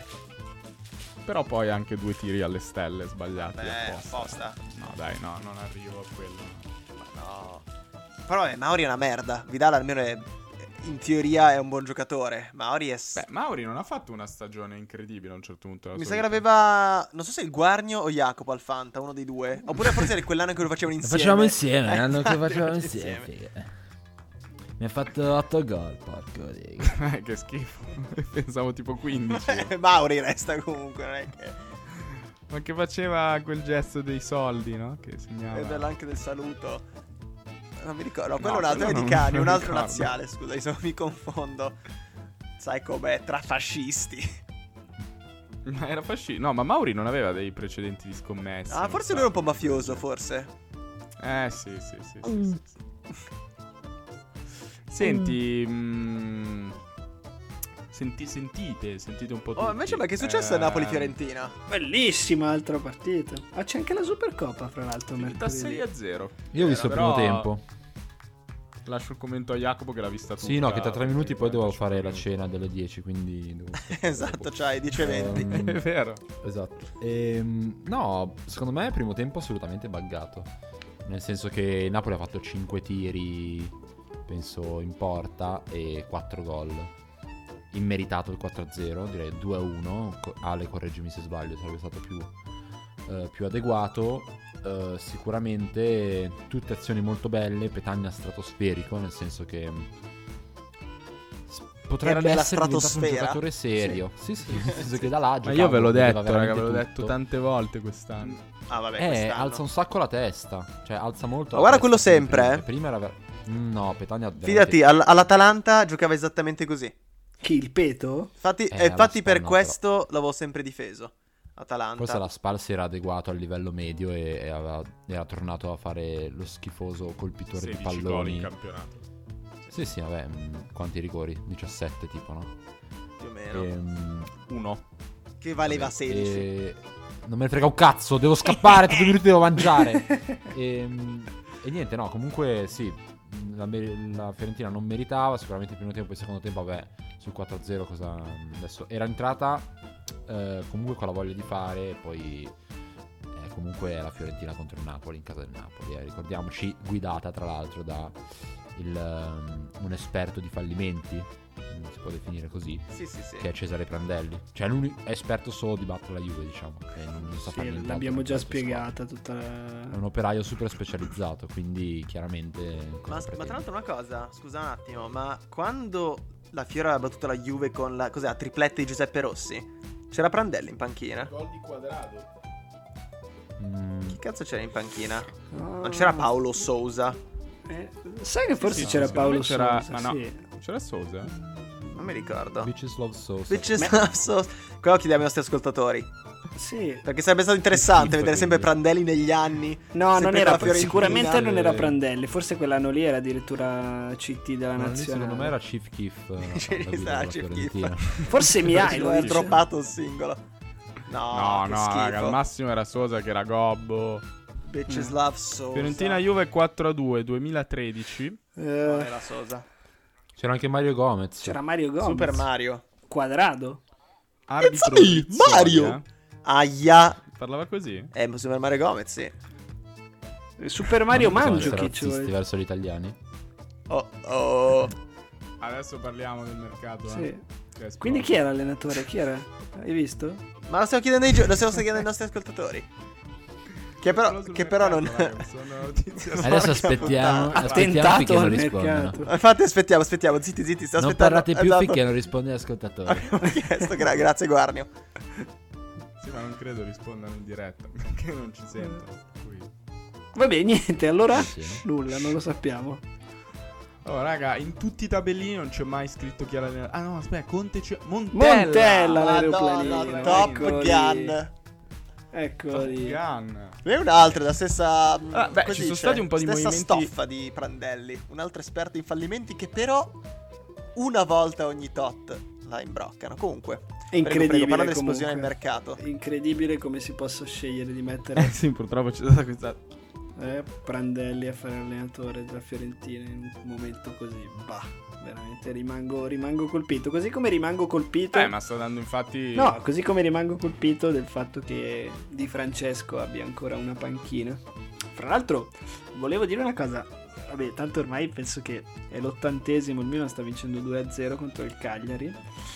D: Però poi anche due tiri alle stelle sbagliati
B: Beh,
D: apposta.
B: apposta.
D: No, dai, no, non arrivo a quello.
B: Ma no. Però vabbè, Mauri è una merda. Vidal almeno è. In teoria è un buon giocatore. Mauri è.
D: Beh, Mauri non ha fatto una stagione incredibile a un certo punto della
B: Mi
D: sua
B: sa che
D: vita.
B: l'aveva. Non so se il Guarnio o Jacopo al Fanta, uno dei due. Oppure forse era quell'anno che lo facevano
E: Lo
B: insieme.
E: facevamo insieme,
B: Eh,
E: l'anno che
B: infatti,
E: facevamo
B: lo
E: insieme.
B: facevamo
E: figa. Mi ha fatto otto gol, porco dico.
D: Eh, che schifo. Pensavo tipo quindici.
B: insieme. Mauri resta comunque, non è che.
D: Ma che faceva quel gesto dei soldi, no? Che segnava.
B: E bella anche del saluto. Non mi ricordo. No, quello
D: No,
B: è un altro
D: quello
B: è di
D: non-
B: Cani,
D: non
B: un altro
D: ricordo.
B: laziale. Scusa, io mi confondo. Sai com'è, tra fascisti.
D: Ma era fascista. No, ma Mauri non aveva dei precedenti di scommesse.
B: Ah,
D: non
B: forse
D: so.
B: lui era un po' mafioso, forse.
D: Eh, sì, sì, sì. sì, sì, sì. Senti. mm, senti, sentite, sentite un po' tutti.
B: Oh, invece, ma che è successo a
D: Eh,
B: Napoli-Fiorentina?
F: Bellissima altra partita. Ah, c'è anche la Supercoppa, fra l'altro.
D: Da sei
F: mercoledì.
D: a zero.
A: Io ho visto il primo
D: Però-
A: tempo.
D: Lascio il commento a Jacopo che l'ha vista tutta.
A: Sì, no, che tra tre minuti poi devo
D: venticinque
A: fare la
D: minuti.
A: cena delle dieci, quindi devo
B: Esatto, c'hai dieci e venti.
A: Ehm,
D: È vero.
A: Esatto. Ehm, no, secondo me primo tempo assolutamente buggato. Nel senso che il Napoli ha fatto cinque tiri, penso, in porta e quattro gol. Immeritato il quattro a zero, direi due a uno. Co- Ale, correggimi se sbaglio, sarebbe stato più, eh, più adeguato. Eh, sicuramente tutte azioni molto belle, Petagna stratosferico, nel senso che mm, s- potrebbe
B: nella
A: essere diventato un
B: stratosfera?
A: giocatore serio. Sì, sì, nel senso che da là
D: Ma io ve l'ho detto, raga,
A: veramente
D: ve l'ho
A: tutto.
D: detto tante volte quest'anno.
B: Ah, vabbè,
A: Eh,
B: quest'anno.
A: alza un sacco la testa. Cioè, alza molto.
B: Ma
A: la
B: guarda
A: testa
B: quello
A: più di
B: sempre,
A: prima.
B: eh.
A: Prima era. ver- No, Petagna. veramente-
B: Fidati, all- all'Atalanta giocava esattamente così.
F: Chi, il Peto?
B: Infatti,
A: Eh,
B: eh, infatti
A: alla
B: per
A: Spal no,
B: questo l'avevo sempre difeso. Atalanta.
A: Forse la Spal si era adeguato al livello medio e, e aveva- era tornato a fare lo schifoso colpitore di
D: sedici gol in
A: palloni.
D: campionato.
A: Sì, sì, vabbè. mh, Quanti rigori? diciassette, tipo, no?
B: Più o meno.
A: Ehm,
D: Uno.
B: Che valeva
A: vabbè,
B: sedici.
A: e- Non me ne frega un cazzo, devo scappare, tutti i minuti devo mangiare. E, e niente, no, comunque sì, la, mer- la Fiorentina non meritava, sicuramente il primo tempo e il secondo tempo, vabbè, sul quattro a zero cosa adesso era entrata eh, comunque con la voglia di fare, e poi eh, comunque è la Fiorentina contro il Napoli in casa del Napoli, eh, ricordiamoci, guidata tra l'altro da il, um, un esperto di fallimenti, si può definire così,
B: Sì, sì, sì.
A: che è Cesare Prandelli. Cioè, l'unico è esperto solo di battere la Juve, diciamo, che non, non sa
F: Sì,
A: fare nient'altro.
F: l'abbiamo
A: con
F: già
A: queste squadre.
F: spiegata tutta la...
A: È un operaio super specializzato, quindi chiaramente...
B: Ma,
A: cosa
B: ma
A: pretende?
B: tra l'altro una cosa, scusa un attimo, ma quando la Fiora aveva battuto la Juve con la cos'è, la tripletta di Giuseppe Rossi, c'era Prandelli in panchina?
D: Gol di Quadrado.
A: Mm,
B: Chi cazzo c'era in panchina?
F: Ah.
B: Non c'era Paolo Sousa?
F: Eh, sai che forse
D: sì,
F: c'era
D: secondo me
F: Paolo
D: c'era-
F: Sousa,
D: ma no.
F: sì.
D: C'era Sousa?
B: Non mi ricordo.
A: Bitches Love Sauce.
B: Bitches Love Sauce. Quello chiediamo ai nostri ascoltatori.
F: Sì.
B: Perché sarebbe stato interessante
A: Schifo,
B: vedere sempre
A: quindi.
B: Prandelli negli anni.
F: No,
B: sempre
F: non
B: con
F: era,
B: la Fiorentina.
F: sicuramente non era
A: Eh.
F: Prandelli, forse quell'anno lì era addirittura C T della
A: Ma lì,
F: nazionale.
A: secondo me era Chief Keef. eh,
B: Ci
A: alla guida
B: sta,
A: della
B: Chief
A: Fiorentina.
F: Forse
B: Ci
F: Mihailovic.
B: è droppato il singolo. No,
D: No,
B: che
D: no,
B: schifo.
D: raga, al massimo era Sousa che era gobbo.
B: Bitches Love Sousa.
D: Fiorentina Juve quattro a due duemilatredici.
F: Eh,
B: Non era Sousa.
A: C'era anche Mario Gomez.
F: c'era Mario Gomez.
B: Super Mario.
F: Quadrado.
D: Arbitro
B: me,
D: Rizzoia.
B: Mario! Aia.
D: Parlava così?
B: Eh, Super Mario Gomez, sì.
F: Super Mario
A: Non sono
F: Mandzukic.
A: razzisti
F: vuole-
A: verso gli italiani.
B: Oh, oh.
D: Adesso parliamo del mercato.
F: Sì.
D: Eh. Che è
F: Quindi chi era l'allenatore? Chi era? Hai visto?
B: Ma lo stiamo chiedendo ai, gio- lo stiamo chiedendo ai nostri ascoltatori. Che però,
D: Parlo sul
B: che però non...
D: mercato, raga, sono notizie
A: Adesso
B: Porca
A: aspettiamo,
B: puttana.
A: aspettiamo
F: Attentato
A: finché non
F: al
A: rispondano.
F: mercato.
B: Infatti aspettiamo, aspettiamo, zitti, zitti, sto
A: Non
B: aspettando.
A: parlate più
B: esatto.
A: finché non risponde all'ascoltatore.
B: Abbiamo chiesto, gra- grazie Guarnio.
D: Sì, ma non credo rispondano in diretta perché non ci sentono. per cui-
F: Vabbè, niente, allora
A: Sì, sì.
F: nulla, non lo sappiamo.
D: Oh, raga, in tutti i tabellini non c'è mai scritto chi era l'allenatore. Ah, no, aspetta, Conte c'è. Montella!
F: Montella,
B: Madonna,
F: l'aeroplanino.
B: Top
F: eccolo
B: Gun.
F: lì. Eccolo
D: Top
F: lì.
D: Gun.
B: E un altro, la stessa.
D: Ah, beh,
B: come
D: ci sono
B: dice?
D: stati un po' di
B: stessa
D: movimenti-
B: stoffa di Prandelli. Un altro esperto in fallimenti che però una volta ogni tot la imbroccano. Comunque,
F: È incredibile.
B: prego, parla dell'esplosione del
F: comunque.
B: mercato.
F: Incredibile come si possa scegliere di
D: Eh
F: mettere
D: sì, purtroppo c'è stata questa.
F: eh, Prandelli a fare allenatore della Fiorentina in un momento così. Bah, veramente rimango, rimango colpito. Così come rimango colpito.
D: Eh, ma sta dando infatti.
F: No, così come rimango colpito del fatto che Di Francesco abbia ancora una panchina. Fra l'altro, volevo dire una cosa. Vabbè, tanto ormai penso che è l'ottantesimo. Il Milan sta vincendo due a zero contro il Cagliari.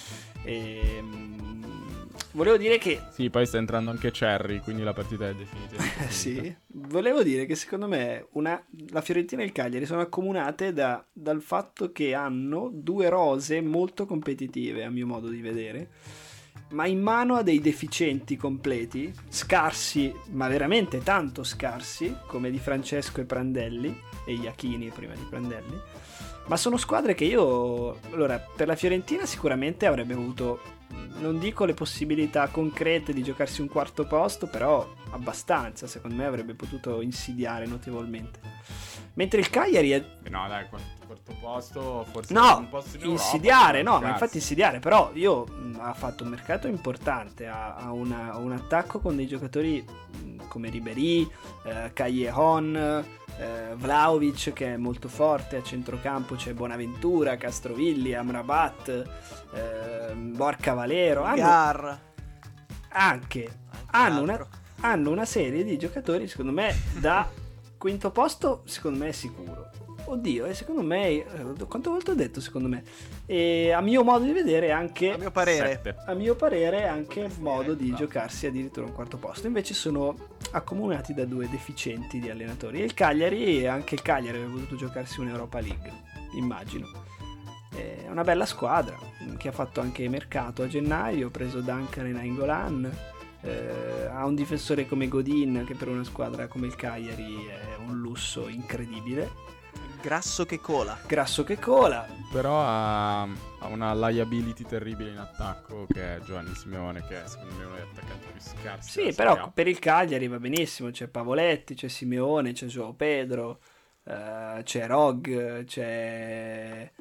F: E, mm, volevo dire che
D: Sì, poi sta entrando anche Cherry, quindi la partita è definitiva.
F: Eh, sì, volevo dire che secondo me una, la Fiorentina e il Cagliari sono accomunate da- dal fatto che hanno due rose molto competitive, a mio modo di vedere, ma in mano a dei deficienti completi, scarsi, ma veramente tanto scarsi, come Di Francesco e Prandelli, e Iachini prima di Prandelli, ma sono squadre che io, allora, per la Fiorentina sicuramente avrebbe avuto, non dico le possibilità concrete di giocarsi un quarto posto, però abbastanza, secondo me avrebbe potuto insidiare notevolmente. Mentre il Cagliari è...
D: Eh no, dai, quarto, quarto posto, forse
F: No,
D: un posto in Europa,
F: insidiare,
D: però,
F: no, ma
D: cazzo.
F: infatti insidiare, però io mh, ha fatto un mercato importante, ha, ha una- un attacco con dei giocatori mh, come Ribéry, eh, Callejon, eh, Vlahovic che è molto forte, a centrocampo c'è Bonaventura, Castrovilli, Amrabat, eh, Borca Valero, hanno,
B: Gar.
F: anche,
B: Anche
F: hanno una,
B: altro.
F: hanno una serie di giocatori secondo me da quinto posto, secondo me è sicuro. Oddio, e secondo me, eh, quante volte ho detto secondo me? E a mio modo di vedere anche
B: A mio parere.
D: Sette.
F: a mio parere anche modo di
B: bravo.
F: giocarsi addirittura un quarto posto. Invece sono accomunati da due deficienti di allenatori. E il Cagliari, anche il Cagliari avrebbe potuto giocarsi un'Europa League, immagino. È una bella squadra che ha fatto anche mercato a gennaio, ha preso Duncan e Nainggolan. Eh, ha un difensore come Godin che per una squadra come il Cagliari è un lusso incredibile.
B: Grasso che cola.
F: Grasso che cola.
D: Però ha, ha una liability terribile in attacco che è Giovanni Simeone, che è secondo me uno degli attaccanti più scarsi.
F: Sì,
D: della
F: però
D: Serie A.
F: per il Cagliari va benissimo. C'è Pavoletti, c'è Simeone, c'è Joao Pedro, eh, c'è Rog, c'è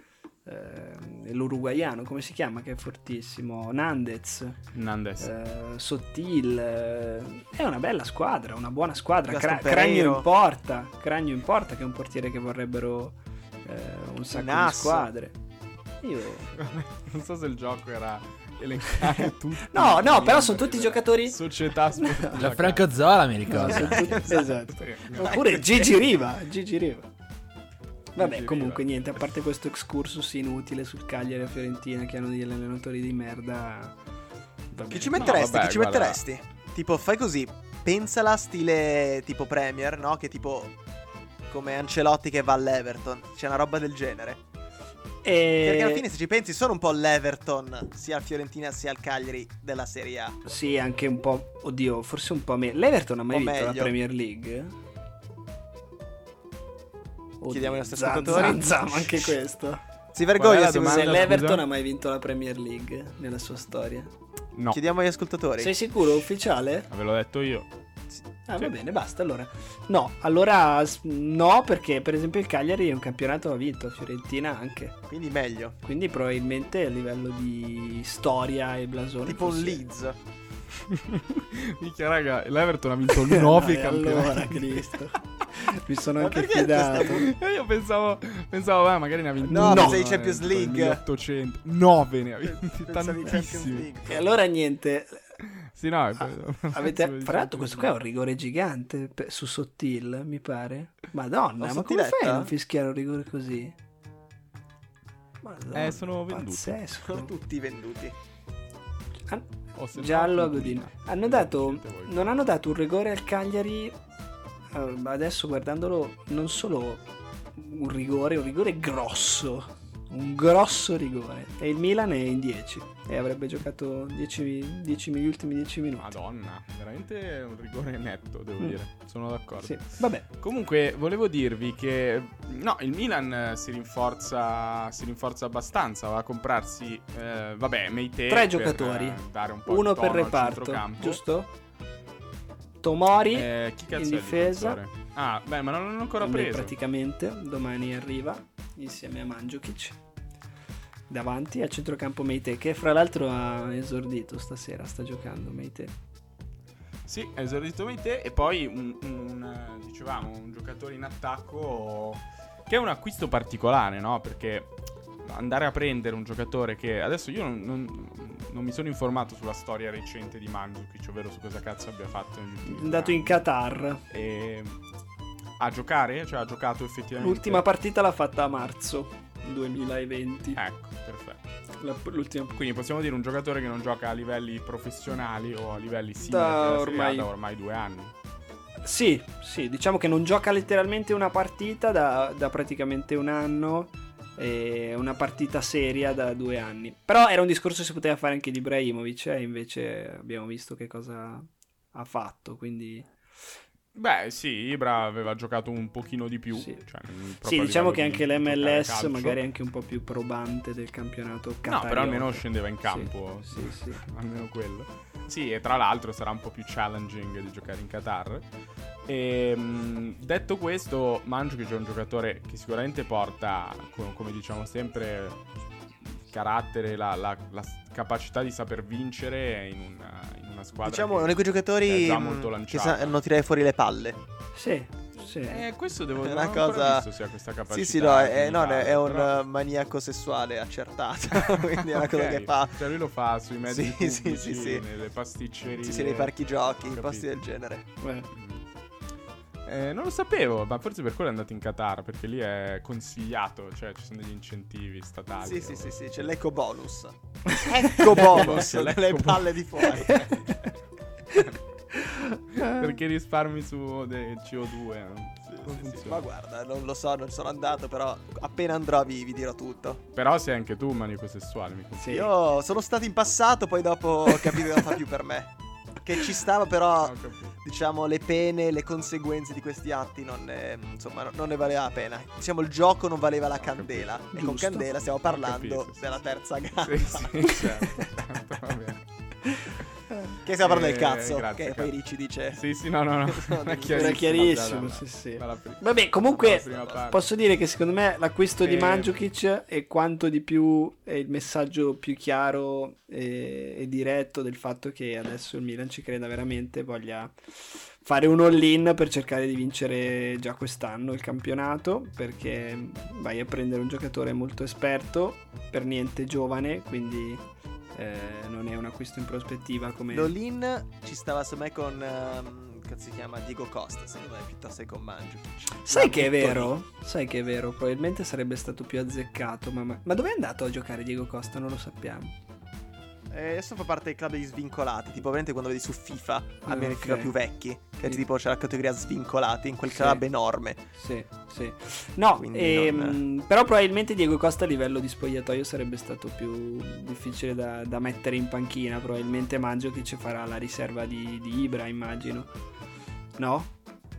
F: eh, l'uruguaiano, come si chiama? Che è fortissimo. Nandez,
D: Nandes.
F: eh, Sottil. eh, è una bella squadra, una buona squadra.
B: Gaston
F: Cra- Cragno
B: Pereiro.
F: in porta. Cragno in porta, che è un portiere che vorrebbero eh, un sacco di
B: Nasso.
F: squadre. Io
D: Non so se il gioco era elencare tutti.
F: No, no,
D: i
F: però sono
D: membri
F: tutti
D: della
F: giocatori-
D: Società sportiva.
A: Gianfranco Zola mi ricordo.
F: Sono tutti- esatto.
D: Sì.
F: Oppure Gigi Riva, Gigi Riva. Vabbè,
D: si
F: comunque
D: arriva.
F: niente, a parte questo excursus inutile sul Cagliari e la Fiorentina che hanno degli allenatori di merda. va
B: Che
F: bene.
B: ci metteresti?
D: vabbè,
B: che ci
D: guarda.
B: metteresti? Tipo, fai così. Pensala stile tipo Premier, no? Che tipo come Ancelotti che va all'Everton. C'è una roba del genere.
F: E...
B: Perché alla fine, se ci pensi, sono un po' l'Everton, sia al Fiorentina sia al Cagliari della Serie A.
F: Sì, anche un po'. Oddio, forse un po' meno. L'Everton ha mai
B: O
F: vinto la
B: meglio.
F: Premier League? Oddio,
B: Chiediamo ai nostri
F: zan,
B: ascoltatori.
F: zan, zan, anche questo.
B: Si vergogna
D: Qual è la
B: se
D: domanda?
F: Se
D: scusa?
F: l'Everton ha mai vinto la Premier League nella sua storia.
D: No,
B: Chiediamo agli ascoltatori.
F: Sei sicuro? Ufficiale?
D: ve l'ho detto io.
F: Ah,
D: Sì.
F: va bene, basta allora. No, allora s- no, perché per esempio il Cagliari è un campionato ha vinto, la Fiorentina anche.
B: Quindi meglio.
F: Quindi probabilmente a livello di storia e blasone.
B: Tipo un
F: forse-
B: Leeds.
D: Minchia, raga, l'Everton ha vinto nove
F: Dai,
D: campionati.
F: allora, Cristo. Mi sono
B: Ma
F: anche
B: perché
F: fidato.
B: questa-
D: E io pensavo, pensavo, beh, magari ne ha vinti
B: No,
D: uno,
B: pensavi
D: eh,
B: Champions
D: tipo nel
B: League.
D: milleottocento. nove ne ha vinti,
B: Pensavi Champions
D: tantissimi.
B: League.
F: E allora niente.
D: Sì, no, è-
F: Avete,
D: penso di
F: fra l'altro,
D: Champions
F: questo qua è un rigore gigante pe- su Sottil, mi pare. Madonna,
B: Oh,
F: ma come fai
B: Sottiletta?
F: a non fischiare un rigore così? Madonna,
D: Eh, sono venduti.
F: pazzesco.
B: Sono tutti venduti.
F: Han-
D: O se no,
F: Giallo a
D: Fiorentina.
F: Godin. Hanno dato,
D: Scegliete voi.
F: non hanno dato un rigore al Cagliari. eh, adesso guardandolo, non solo un rigore, un rigore grosso. Un grosso rigore. E il Milan è in dieci. E avrebbe giocato dieci, dieci, gli ultimi dieci minuti.
D: Madonna, veramente un rigore netto, devo
F: Mm.
D: dire. Sono d'accordo.
F: Sì, vabbè.
D: Comunque, volevo dirvi che no, il Milan si rinforza, si rinforza abbastanza. Va a comprarsi, eh, vabbè, Meite
F: Tre
D: per,
F: giocatori.
D: eh, dare un po'
F: Uno
D: di
F: per
D: tono al
F: reparto,
D: centrocampo.
F: giusto? Tomori
D: Eh, chi cazzo
F: in
D: è il
F: difesa.
D: difensore? Ah, beh, ma non l'hanno ancora
F: Beh,
D: preso.
F: praticamente domani arriva insieme a Mandzukic davanti al centrocampo Meite, che fra l'altro ha esordito stasera, sta giocando Meite.
D: Sì, è esordito Meite e poi un, un, eh, dicevamo un giocatore in attacco che è un acquisto particolare, no? Perché andare a prendere un giocatore che adesso io non, non- non mi sono informato sulla storia recente di Mandzukic, ovvero su cosa cazzo abbia fatto negli ultimi
F: È andato in
D: anni.
F: Qatar.
D: E a giocare, cioè ha giocato effettivamente.
F: L'ultima partita l'ha fatta a marzo duemilaventi.
D: Ecco, perfetto.
F: La- l'ultima
D: Quindi possiamo dire un giocatore che non gioca a livelli professionali o a livelli simili
F: Da
D: della Serie A
F: ormai-
D: da ormai due anni.
F: Sì, sì, diciamo che non gioca letteralmente una partita da, da praticamente un anno e una partita seria da due anni. Però era un discorso che si poteva fare anche di Ibrahimovic e invece abbiamo visto che cosa ha fatto, quindi
D: Beh, sì, Ibra aveva giocato un pochino di più.
F: Sì.
D: Cioè, proprio
F: sì,
D: a
F: diciamo
D: livello
F: che
D: di
F: anche
D: giocare
F: l'M L S
D: calcio.
F: magari è anche un po' più probante del campionato
D: No,
F: qatariota.
D: però almeno scendeva in campo.
F: Sì, sì, sì.
D: Almeno quello. Sì, e tra l'altro sarà un po' più challenging di giocare in Qatar. E, mh, detto questo, Mandzukic è un giocatore che sicuramente porta, co- come diciamo sempre, il carattere, la, la- la s- capacità di saper vincere in una, in una squadra.
B: Diciamo,
D: che-
B: uno di quei
D: che
B: giocatori
D: è già
B: mh,
D: molto
B: che
D: lanciata.
B: sanno tirare fuori le palle.
F: Sì, sì.
D: Eh, questo devo
B: È
D: non
B: una
D: ho ancora
B: cosa-
D: visto se ha questa capacità.
B: Sì, sì, no, è,
D: di
B: no,
D: imitare,
B: è un
D: però-
B: uh, maniaco sessuale accertato. Quindi è una cosa
D: Ok,
B: che fa.
D: Cioè lui lo fa sui mezzi
B: Sì,
D: pubblici,
B: sì, sì, sì.
D: nelle pasticcerie.
B: Sì, sì, nei parchi giochi,
D: Ho
B: in posti
D: capito.
B: del genere.
F: Beh.
D: Eh, non lo sapevo, ma forse per quello è andato in Qatar, perché lì è consigliato, cioè ci sono degli incentivi statali.
B: Sì, sì,
D: o-
B: sì, sì, c'è l'eco bonus. Ecco bonus
D: C'è l'eco
B: delle
D: bonus.
B: palle di fuori.
D: Perché risparmi su del C O due. non- non
B: Sì, sì,
D: funziona.
B: ma guarda, non lo so, non sono andato, però appena andrò vi, vi dirò tutto.
D: Però sei anche tu manico sessuale, mi consigli.
F: Sì.
B: Io sono stato in passato, poi dopo ho capito che non fa più per me. Che ci stava, però,
D: Ho capito.
B: diciamo, le pene, le conseguenze di questi atti non ne, insomma, no- non ne valeva la pena. Diciamo, il gioco non valeva la candela. E con
F: Giusto.
B: candela stiamo parlando
D: capito, sì,
B: della
D: sì.
B: terza gamba.
D: Sì, sì, certo. Va bene.
B: Che stiamo parlando
D: Eh,
B: del cazzo.
D: grazie,
B: che poi
D: cazzo.
B: Ricci dice...
D: Sì, sì, no, no, no.
B: No,
D: È
B: era
F: Era chiarissimo,
D: dalla-
F: sì, sì.
D: dalla pri-
F: Vabbè, comunque
D: dalla prima parte.
F: posso dire che secondo me l'acquisto di
D: Eh.
F: Mandzukic è quanto di più è il messaggio più chiaro e, e diretto del fatto che adesso il Milan ci creda veramente, voglia fare un all-in per cercare di vincere già quest'anno il campionato, perché vai a prendere un giocatore molto esperto, per niente giovane, quindi eh, non è un acquisto in prospettiva come...
B: L'Olin ci stava secondo me con... ehm, cazzo si chiama Diego Costa, secondo me, piuttosto che con Mandzukic.
F: Sai
B: La
F: che è
B: butto
F: vero?
B: lì.
F: Sai che è vero, probabilmente sarebbe stato più azzeccato, ma, ma dove è andato a giocare Diego Costa? Non lo sappiamo.
B: Eh, adesso fa parte dei club degli svincolati, tipo veramente quando vedi su FIFA,
F: Ah,
B: almeno
F: ok.
B: i club più vecchi, che
F: Sì.
B: tipo c'è la categoria svincolati, in quel
F: Sì.
B: club enorme.
F: Sì, sì. No,
B: Quindi
F: ehm,
B: non-
F: però probabilmente Diego Costa a livello di spogliatoio sarebbe stato più difficile da, da mettere in panchina. Probabilmente Mandzukic farà la riserva di, di Ibra, immagino. No?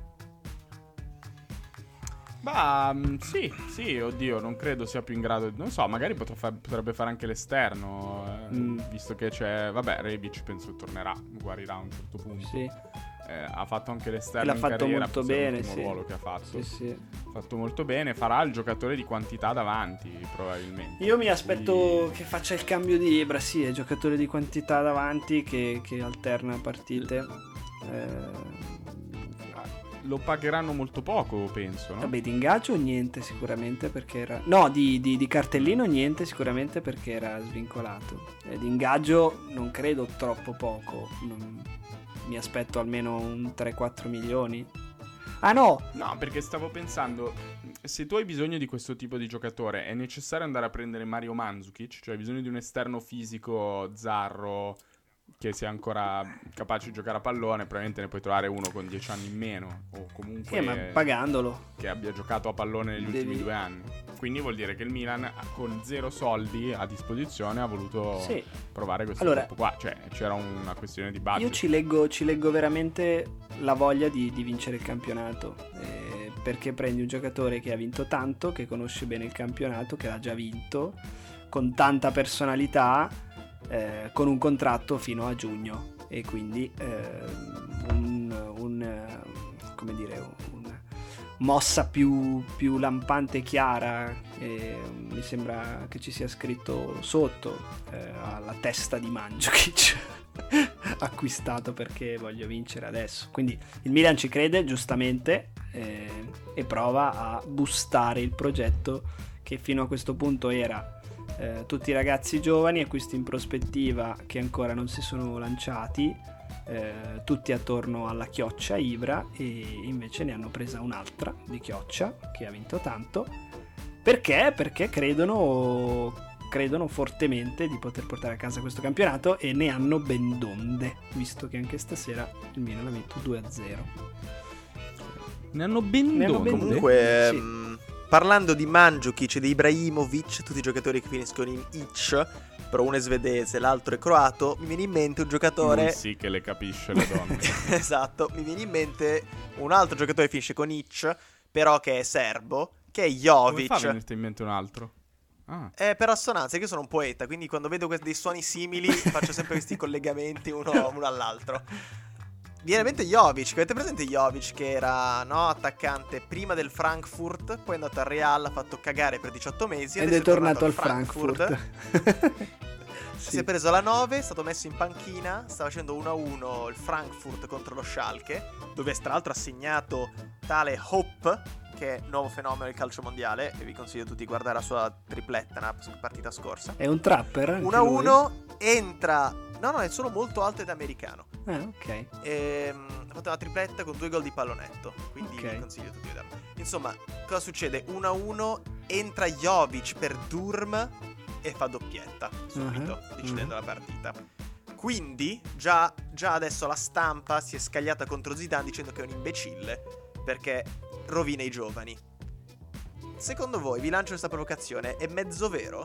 D: Ma mm, sì, sì, oddio, non credo sia più in grado. Non so, magari potrà fa- potrebbe fare anche l'esterno. eh,
F: Mm.
D: Visto che c'è. Vabbè, Rebic penso tornerà, guarirà a un certo punto.
F: Sì,
D: Eh, ha fatto anche
F: E
D: l'esterno
F: l'ha
D: in
F: fatto
D: carriera,
F: molto
D: forse è
F: bene,
D: l'ultimo
F: sì.
D: ruolo che ha fatto.
F: sì, sì.
D: Ha fatto molto bene. Farà il giocatore di quantità davanti, probabilmente.
F: Io mi aspetto
D: Quindi-
F: che faccia il cambio di Ibra, sì, è giocatore di quantità davanti che, che alterna partite. Eh,
D: Lo pagheranno molto poco, penso, no?
F: Vabbè, di ingaggio niente sicuramente perché era... No, di, di- di cartellino niente sicuramente perché era svincolato. Eh, di ingaggio non credo troppo poco. Non- Mi aspetto almeno un tre quattro milioni. Ah no!
D: No, perché stavo pensando, se tu hai bisogno di questo tipo di giocatore, è necessario andare a prendere Mario Mandzukic, cioè hai bisogno di un esterno fisico zarro che sia ancora capace di giocare a pallone, probabilmente ne puoi trovare uno con dieci anni in meno o comunque
F: Eh, ma pagandolo.
D: che abbia giocato a pallone negli ultimi
F: Devi-
D: due anni. Quindi vuol dire che il Milan con zero soldi a disposizione ha voluto
F: Sì.
D: provare questo
F: Allora-
D: colpo qua, cioè c'era una questione di budget.
F: Io ci leggo, ci leggo veramente la voglia di, di vincere il campionato. eh, perché prendi un giocatore che ha vinto tanto, che conosce bene il campionato, che l'ha già vinto, con tanta personalità, eh, con un contratto fino a giugno. E quindi eh, un, un, eh, come dire, un, mossa più, più lampante e chiara. eh, mi sembra che ci sia scritto sotto eh, alla testa di Mandzukic. Acquistato perché voglio vincere adesso. Quindi il Milan ci crede giustamente eh, e prova a boostare il progetto che fino a questo punto era eh, tutti i ragazzi giovani, acquisti in prospettiva che ancora non si sono lanciati, eh, tutti attorno alla chioccia Ibra, e invece ne hanno presa un'altra di chioccia che ha vinto tanto. Perché? Perché credono credono fortemente di poter portare a casa questo campionato e ne hanno ben donde, visto che anche stasera il Milan ha vinto due a zero.
D: Ne hanno ben
F: Ne hanno
D: donde.
F: ben
B: Comunque,
F: Sì.
B: ehm, parlando di Mandzukic e di Ibrahimovic, tutti i giocatori che finiscono in Ic, però uno è svedese, l'altro è croato, mi viene in mente un giocatore...
D: Non sì che le capisce le donne.
B: Esatto, mi viene in mente un altro giocatore che finisce con Ic, però che è serbo, che è
D: Come fa a
B: Jovic.
D: venirti in mente un altro? Ah.
B: È per assonanza, che io sono un poeta, quindi quando vedo que- dei suoni simili faccio sempre questi collegamenti uno, uno all'altro. Viene in mente Jovic, avete presente Jovic che era no, attaccante prima del Frankfurt, poi è andato al Real, ha fatto cagare per diciotto mesi
F: Ed
B: adesso
F: è tornato al Frankfurt.
B: Si è preso la nove, è stato messo in panchina, sta facendo uno a uno il Frankfurt contro lo Schalke, dove tra l'altro ha segnato tale Hope, che è nuovo fenomeno del calcio mondiale, e vi consiglio a tutti di guardare la sua tripletta nella partita scorsa.
F: È un trapper? anche
B: uno a
F: lui?
B: uno, entra... No, no, è solo molto alto ed americano.
F: Ah, ok.
B: Ehm, ha fatto una tripletta con due gol di pallonetto, quindi
F: Ok.
B: vi consiglio a tutti di vederlo. Insomma, cosa succede? uno a uno, entra Jovic per Durm e fa doppietta subito,
F: Uh-huh,
B: decidendo
F: uh-huh.
B: la partita. Quindi già, già adesso la stampa si è scagliata contro Zidane dicendo che è un imbecille perché rovina i giovani. Secondo voi, vi lancio questa provocazione, è mezzo vero?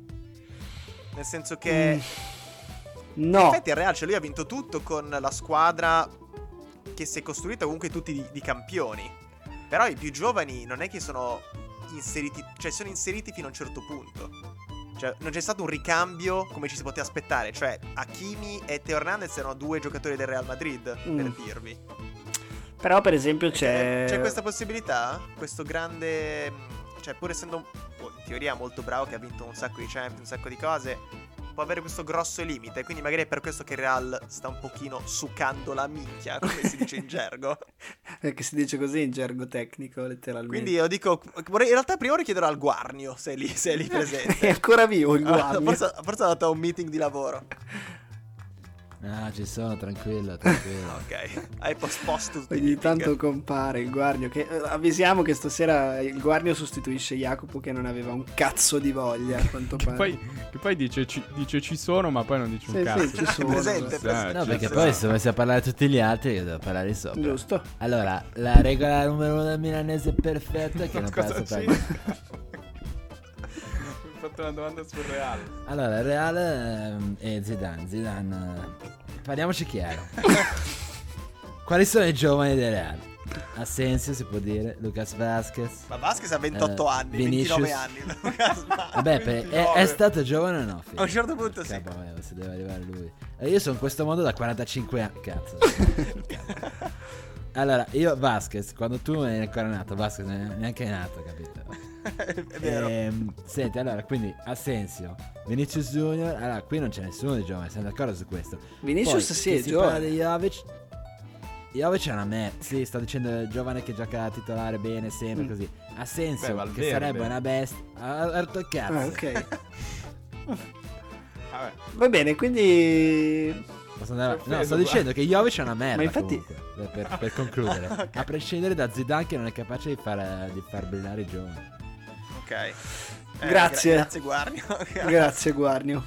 B: Nel senso che...
F: Mm,
B: In
F: no,
B: effetti il Real, cioè lui ha vinto tutto con la squadra che si è costruita comunque tutti di, di campioni. Però i più giovani non è che sono inseriti, cioè sono inseriti fino a un certo punto. Cioè non c'è stato un ricambio come ci si poteva aspettare. Cioè Hakimi e Teo Hernandez erano due giocatori del Real Madrid,
F: Mm.
B: per dirvi.
F: però per esempio
B: Perché
F: c'è...
B: c'è questa possibilità? Questo grande... Cioè pur essendo oh, in teoria molto bravo, che ha vinto un sacco di Champions, un sacco di cose, può avere questo grosso limite. Quindi magari è per questo che il Real sta un pochino succando la minchia, come si dice in gergo.
F: che si dice così in gergo tecnico, letteralmente.
B: Quindi io dico, vorrei, in realtà prima vorrei chiedere al Guarnio se è lì, se è lì
F: è
B: presente.
F: ancora vivo il
B: Ah,
F: Guarnio.
B: forse, forse è andato a un meeting di lavoro.
E: No, ci sono, tranquillo, tranquillo.
B: Ok, hai posposto tutti i
F: Ogni
B: meeting.
F: tanto compare il Guarnio. Che, eh, avvisiamo che stasera il Guarnio sostituisce Jacopo che non aveva un cazzo di voglia. A quanto
D: Che
F: pare.
D: poi, che poi dice, ci, dice ci sono, ma poi non dice un
F: Sì,
D: cazzo.
F: sì, ci sono.
B: Presente,
D: Eh,
B: presente.
E: No,
D: ci
E: perché
D: sono.
E: poi se dovessi parlare tutti gli altri, io devo parlare di sopra.
F: Giusto.
E: Allora, la regola numero uno del milanese perfetto è che non
D: Cosa
E: penso
D: c'entra?
E: per...
D: Mi hai fatto una domanda sul Real.
E: Allora, il Real ehm, e Zidane, Zidane, eh, parliamoci chiaro. Quali sono i giovani del Real? Asensio si può dire, Lucas Vazquez.
B: Ma Vasquez ha ventotto
E: Eh,
B: anni,
E: Vinicius.
B: ventinove anni.
E: Vabbè, per- è, è stato giovane o no? figlio?
B: A un certo punto sì.
E: Cavolo, eh, se deve arrivare lui. E io sono in questo mondo da quarantacinque anni. Cazzo. Allora, io Vasquez, quando tu eri ancora nato, Vasquez non è neanche nato, capito?
B: È vero.
E: Ehm, senti, allora, quindi Asensio, Vinicius Junior. Allora, qui non c'è nessuno di giovane, siamo d'accordo su questo.
F: Vinicius
E: Poi,
F: sì,
E: che
F: è
E: si
F: giovane.
E: parla di Jovic. Jovic è una me. Sì, sto dicendo il giovane che gioca titolare bene, sempre
F: Mm.
E: così. Asensio,
D: Beh,
E: che
D: Valverde.
E: sarebbe una bestia. Ha ha rotto il cazzo.
F: Ah, ok.
D: Vabbè,
F: Va bene, quindi.
E: Posso andare
D: Ti ho
E: No,
D: offeso,
E: sto
D: qua.
E: dicendo che Jovic è una merda.
F: Ma infatti-
E: comunque, per, per- per concludere, a prescindere da Zidane che non è capace di far, di far brillare i giovani.
B: Ok. Eh,
F: Grazie.
B: gra- grazie Guarnio.
F: Grazie, Guarnio.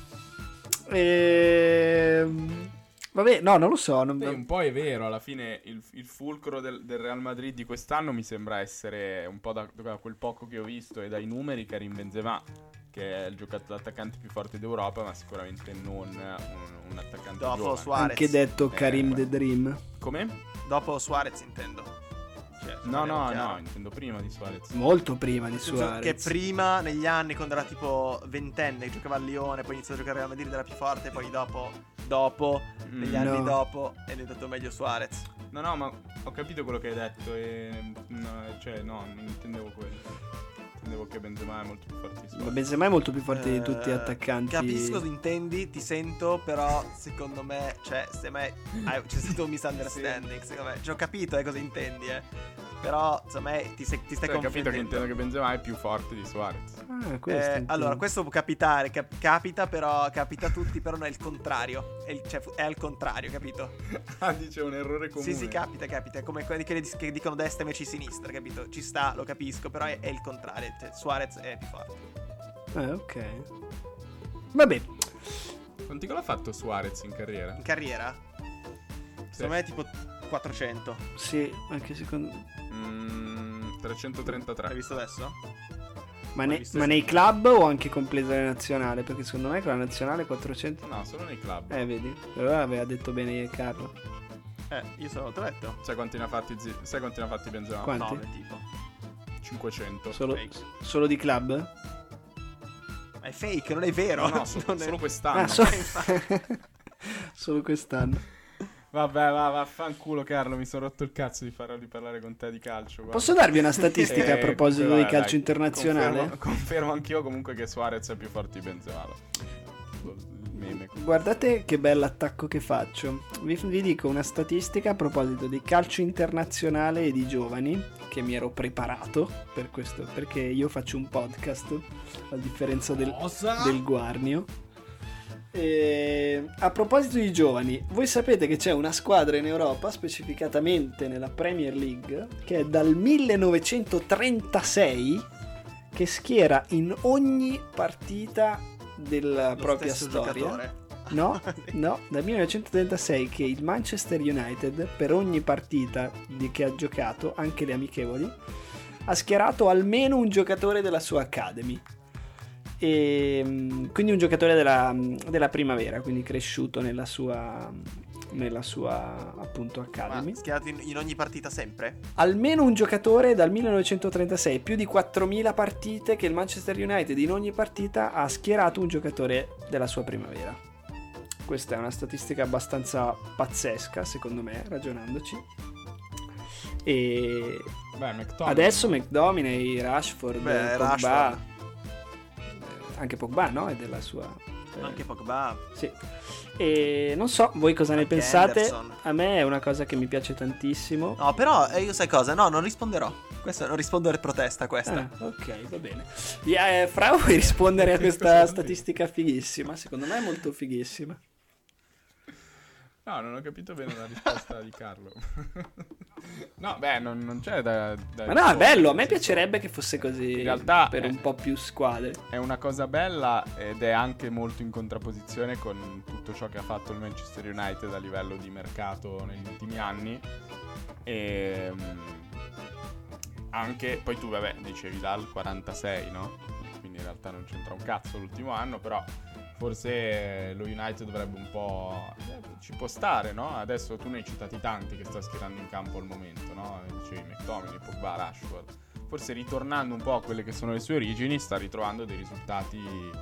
F: Ehm... Vabbè, no, non lo so. Non...
D: Beh, un po' è vero, alla fine il, il fulcro del, del Real Madrid di quest'anno mi sembra essere un po' da, da quel poco che ho visto e dai numeri Karim Benzema, che è il giocatore l'attaccante più forte d'Europa, ma sicuramente non un, un attaccante
B: Dopo
D: giovane.
B: Suarez.
F: Anche detto
D: Eh,
F: Karim
D: beh.
F: the Dream.
D: Come?
B: Dopo Suarez intendo. Cioè,
D: No,
B: parliamo
D: no,
B: chiaro.
D: no, intendo prima di Suarez.
F: Molto prima di
B: Nel senso
F: Suarez.
B: che prima, negli anni, quando era tipo ventenne, giocava a Lione, poi iniziò a giocare a Real Madrid, era più forte, poi dopo, dopo, negli
D: Mm,
B: anni
F: no.
B: dopo, è diventato meglio Suarez.
D: No, no, ma ho capito quello che hai detto e... no, cioè, no, non intendevo quello. Intendevo che Benzema è molto più forte di
F: Ma
D: Suarez.
F: Benzema è molto più forte di tutti gli
B: Eh,
F: attaccanti.
B: Capisco cosa intendi, ti sento, però secondo me, cioè, se me ah, c'è stato un misunderstanding, secondo me. Cioè, ho capito eh, cosa intendi, eh. Però, secondo me, ti, se- ti stai
D: Cioè, ho capito che
B: confondendo.
D: intendo che Benzema è più forte di Suarez.
F: Ah, questo
B: Eh,
F: intendo.
B: allora, questo può capitare, cap- capita, però capita a tutti, però non è il contrario. È, il- cioè, fu- è al contrario, capito?
D: Ah, dice un errore comune.
B: Sì, sì, capita, capita. È come quelli che, dis- che dicono destra invece di sinistra, capito? Ci sta, lo capisco, però è, è il contrario. Cioè, Suarez è più forte.
F: Eh, ok. Vabbè.
D: Quanti gol ha fatto Suarez in carriera?
B: In carriera, secondo me è tipo quattrocento.
F: Sì, anche secondo.
D: Mm,
B: L'hai
D: trecentotrentatré.
B: visto adesso?
F: Ma,
B: Hai
F: ne-
B: visto
F: ma
B: se-
F: nei club o anche completa la nazionale? Perché secondo me con la nazionale quattrocento.
D: No, solo nei club.
F: Eh, vedi. Allora aveva detto bene Carlo.
B: Eh, io sono te l'ho detto.
D: Sai quanti ne ha fatti, zi- sai quanti ne ha fatti Benzema?
F: Quanti?
B: nove tipo.
D: cinquecento.
F: Solo,
B: Fake.
F: solo di club?
B: Ma è fake, non è vero.
D: No, no, so-
B: Non è-
D: solo quest'anno.
F: Ah, so- solo quest'anno.
D: Vabbè, va, vaffanculo Carlo, mi sono rotto il cazzo di farlo di parlare con te di calcio. guarda.
F: Posso darvi una statistica a
D: Eh,
F: proposito
D: vabbè,
F: di calcio
D: dai,
F: internazionale?
D: Confermo, confermo anch'io comunque che Suarez è più forte di Benzema. Il meme.
F: Guardate che bell'attacco che faccio. Vi, vi dico una statistica a proposito di calcio internazionale e di giovani, che mi ero preparato per questo, perché io faccio un podcast, a differenza del, del Guarnio. E a proposito di giovani, voi sapete che c'è una squadra in Europa, specificatamente nella Premier League, che è dal millenovecentotrentasei che schiera in ogni partita della
B: Lo
F: propria
B: stesso
F: storia.
B: giocatore.
F: No, no, dal millenovecentotrentasei che il Manchester United per ogni partita di che ha giocato, anche le amichevoli, ha schierato almeno un giocatore della sua academy. E, mm, quindi un giocatore della, della primavera, quindi cresciuto nella sua, nella sua appunto academy.
B: Ma schierato in, in ogni partita sempre?
F: Almeno un giocatore dal millenovecentotrentasei, più di quattromila partite che il Manchester United in ogni partita ha schierato un giocatore della sua primavera. Questa è una statistica abbastanza pazzesca, secondo me, ragionandoci. E
D: Beh, McTominay.
F: adesso McDominay, Rashford,
B: Beh,
F: Pogba,
B: Rashford.
F: eh, anche Pogba, no? È della sua... eh,
B: Anche Pogba.
F: sì. E non so, voi cosa ne
B: Anche
F: pensate?
B: Henderson.
F: A me è una cosa che mi piace tantissimo.
B: No, però eh, io sai cosa? No, non risponderò. Questo non rispondo alle proteste a questa.
F: Ah, ok, va bene. Yeah, eh, Fra, vuoi rispondere a questa statistica fighissima? Secondo me è molto fighissima.
D: No, non ho capito bene la risposta di Carlo. No, beh, non, non c'è da, da
F: Ma no, è bello, a me
D: nel senso,
F: piacerebbe che fosse così.
D: In realtà
F: per
D: è-
F: un po' più squadre.
D: È una cosa bella ed è anche molto in contrapposizione con tutto ciò che ha fatto il Manchester United a livello di mercato negli ultimi anni. E mm, anche, poi tu vabbè dicevi dal quarantasei, no? Quindi in realtà non c'entra un cazzo l'ultimo anno, però forse lo United dovrebbe un po'... eh, ci può stare, no? Adesso tu ne hai citati tanti che sta schierando in campo al momento, no? Dicevi McTominay, Pogba, Rashford. Forse ritornando un po' a quelle che sono le sue origini sta ritrovando dei risultati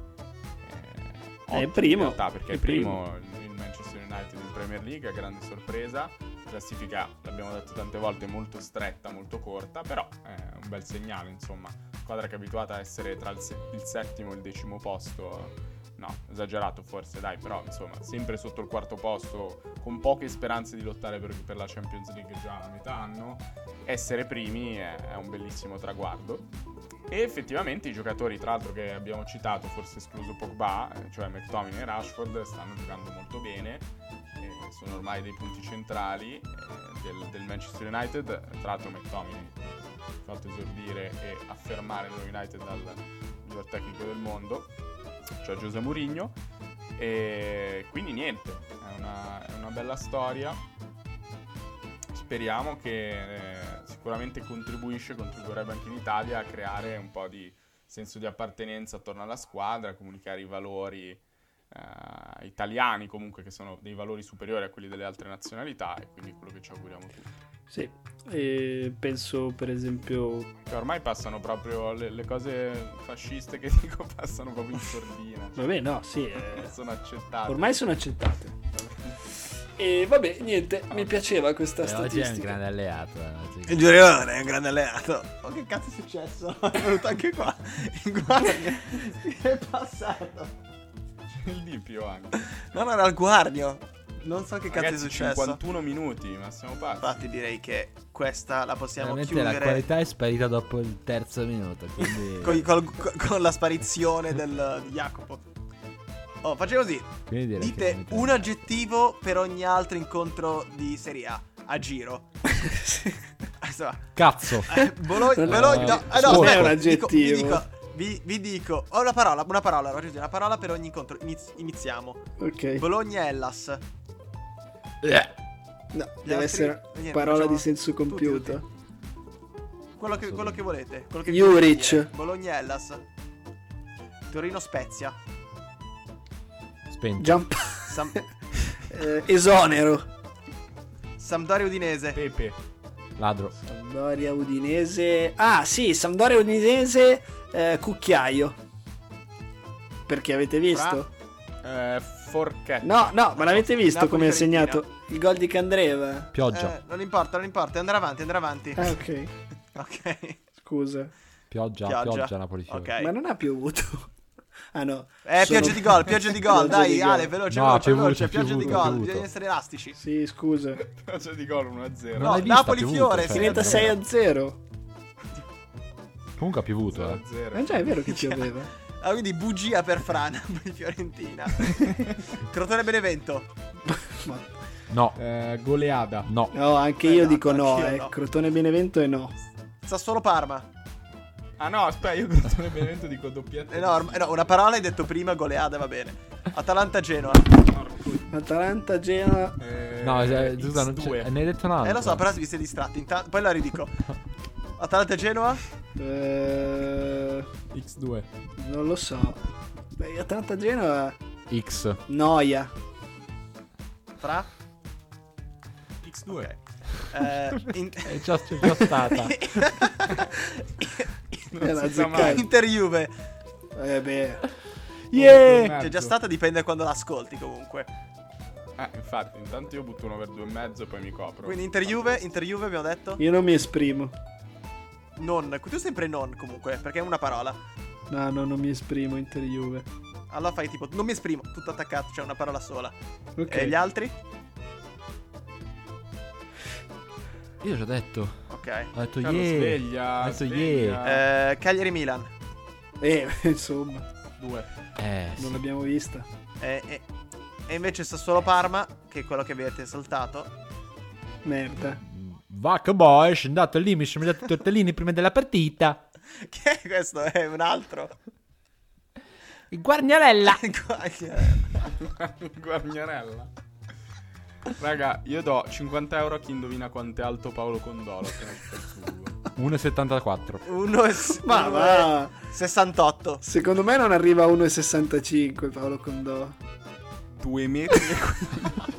D: eh,
F: È il
D: ottimi
F: primo.
D: in realtà, perché è
F: Il
D: il primo il Manchester United in Premier League, a grande sorpresa. Classifica, l'abbiamo detto tante volte, molto stretta, molto corta, però è un bel segnale, insomma. Squadra che è abituata a essere tra il, se- il settimo e il decimo posto. No, esagerato forse, dai, però insomma, sempre sotto il quarto posto, con poche speranze di lottare per, per la Champions League già a metà anno. Essere primi è, è un bellissimo traguardo. E effettivamente i giocatori, tra l'altro, che abbiamo citato, forse escluso Pogba, eh, cioè McTominay e Rashford, stanno giocando molto bene. eh, Sono ormai dei punti centrali eh, del, del Manchester United. Tra l'altro McTominay ha fatto esordire e affermare lo United dal miglior tecnico del mondo, cioè José Mourinho. E quindi niente, è una, è una bella storia. Speriamo che eh, sicuramente contribuisce, contribuirebbe anche in Italia a creare un po' di senso di appartenenza attorno alla squadra, a comunicare i valori eh, italiani comunque, che sono dei valori superiori a quelli delle altre nazionalità, e quindi quello che ci auguriamo tutti.
F: Sì, e penso per esempio...
D: Che ormai passano proprio le, le cose fasciste che dico passano proprio in sordina, cioè,
F: Vabbè, no, sì, eh,
D: sono accettate.
F: ormai sono accettate. E vabbè, niente, mi piaceva questa
E: E oggi è un
F: statistica.
E: grande alleato. eh, oggi.
B: Il Giurione è un grande alleato. Oh, che cazzo è successo? È venuto anche qua. Guarda, che è passato.
D: Il Dipio anche.
B: No, no, era il guardio. Non so che cazzo
D: Ragazzi,
B: è successo.
D: cinquantuno minuti, ma siamo pazzi.
B: Infatti direi che questa la possiamo
E: Veramente
B: chiudere
E: la qualità è sparita dopo il terzo minuto. Quindi,
B: con, col- con la sparizione del, di Jacopo. Oh, facciamo così.
E: quindi direi che
B: Dite
E: veramente-
B: un aggettivo per ogni altro incontro di Serie A. A giro. Adesso va.
A: Cazzo.
B: Eh, Bologna,
F: Non è-
B: Bologna, no, eh, no,
F: non è
B: aspetta,
F: un
B: dico-
F: aggettivo.
B: Vi dico, vi, vi dico, ho una parola, una parola, Roger, una parola per ogni incontro. Iniz- iniziamo.
F: Ok.
B: Bologna-Hellas.
F: No,
B: Gli
F: deve
B: altri-
F: essere
B: niente,
F: parola
B: facciamo
F: di senso
B: tutti,
F: compiuto.
B: tutti. Quello che, quello che volete. Quello che
F: Juric.
B: vi viene in mente. Bologna-Hellas. Torino-Spezia.
A: Spento.
F: Jump.
B: Sam-
F: eh, esonero.
B: Sampdoria-Udinese.
D: Pepe.
A: Ladro.
F: Sampdoria Udinese. Ah, sì, Sampdoria Udinese. eh, cucchiaio. Perché avete visto?
D: Eh, forchetta.
F: No, no, ma l'avete visto come ha
B: Napoli-Fiorentina.
F: segnato il gol di Candreva?
A: Pioggia.
B: Eh, non importa, non importa. Andare avanti, andare avanti.
F: Ah, ok.
B: Ok.
F: Scusa.
A: Pioggia,
B: Pioggia.
A: pioggia, Napoli Fiore.
B: Ok.
F: Ma non ha piovuto. Ah no.
B: Eh,
F: sono-
B: pioggia di gol, pioggia di gol.
F: Pioggia
B: Dai,
F: di gol.
B: Ale, veloce,
A: No,
B: veloce,
A: piovuto,
B: veloce. Pioggia di
A: piovuto,
B: gol.
A: piovuto.
B: Bisogna essere elastici.
F: Sì, scusa.
D: Pioggia di gol uno a zero.
A: Non
B: No,
A: l'hai vista,
B: Napoli-Fiore,
A: piovuto,
F: Diventa
A: cioè.
F: sei a zero.
A: Comunque ha piovuto,
D: zero
A: eh.
D: a zero.
F: Ma già è vero che pioveva.
B: Ah, quindi bugia per Frana di Fiorentina. Crotone Benevento.
F: Ma-
A: No,
D: Eh, goleada.
A: no.
F: No, anche
B: Eh,
F: io
B: no,
F: dico no,
B: anch'io
F: eh.
B: no.
F: Crotone Benevento e no.
B: Sassuolo Parma.
D: Ah no, aspetta, io con il Benevento dico doppietta.
B: Eh, no, orm- eh, no, una parola hai detto prima, goleada, va bene. Atalanta Genoa.
F: Atalanta Genoa.
D: Eh,
A: No, eh, scusa, non
D: X
A: c'è-
D: due.
A: ne hai detto un'altra.
B: Eh lo so, però vi siete distratti. Inta- poi la ridico. Atalanta Genoa.
F: Eh,
D: X due.
F: non lo so. Beh, Atalanta Genoa.
A: X.
F: Noia.
B: Fra.
D: X due.
B: Eh, in-
A: È già, c'è già stata.
D: Non
F: Eh, la
D: si sa
F: azzeccato.
D: mai.
B: Inter Juve.
F: Eh beh.
A: Yeah!
B: C'è già stata, dipende quando l'ascolti comunque.
D: Eh, infatti, intanto io butto uno per due e mezzo e poi mi copro.
B: Quindi Inter Juve, Inter Juve abbiamo detto.
F: Io non mi esprimo.
B: Non. Tu sempre non comunque, perché è una parola.
F: No, no, non mi esprimo Inter Juve.
B: Allora fai tipo, non mi esprimo, tutto attaccato, c'è una parola sola.
F: Ok.
B: E gli altri?
A: Io ho già detto.
B: Ok.
A: Ho detto
D: Carlo,
A: yeah.
D: sveglia,
A: Ho detto
D: sveglia.
B: Eh, Cagliari Milan.
F: Eh, insomma,
D: Due.
A: Eh, sì.
F: non l'abbiamo vista.
B: Eh, eh, E invece Sassuolo Parma, che è quello che avete saltato.
F: Merda.
E: Vacca boy, è scendato lì, mi sono dato i tortellini prima della partita.
B: Che è questo? È un altro.
E: Guarniarella.
D: Guarniarella. Raga, io do cinquanta euro a chi indovina quanto è alto Paolo Condolo.
A: uno virgola settantaquattro.
B: uno
F: Ma va.
B: sessantotto.
F: Secondo me non arriva a uno virgola sessantacinque Paolo Condò.
D: Due metri e quindici.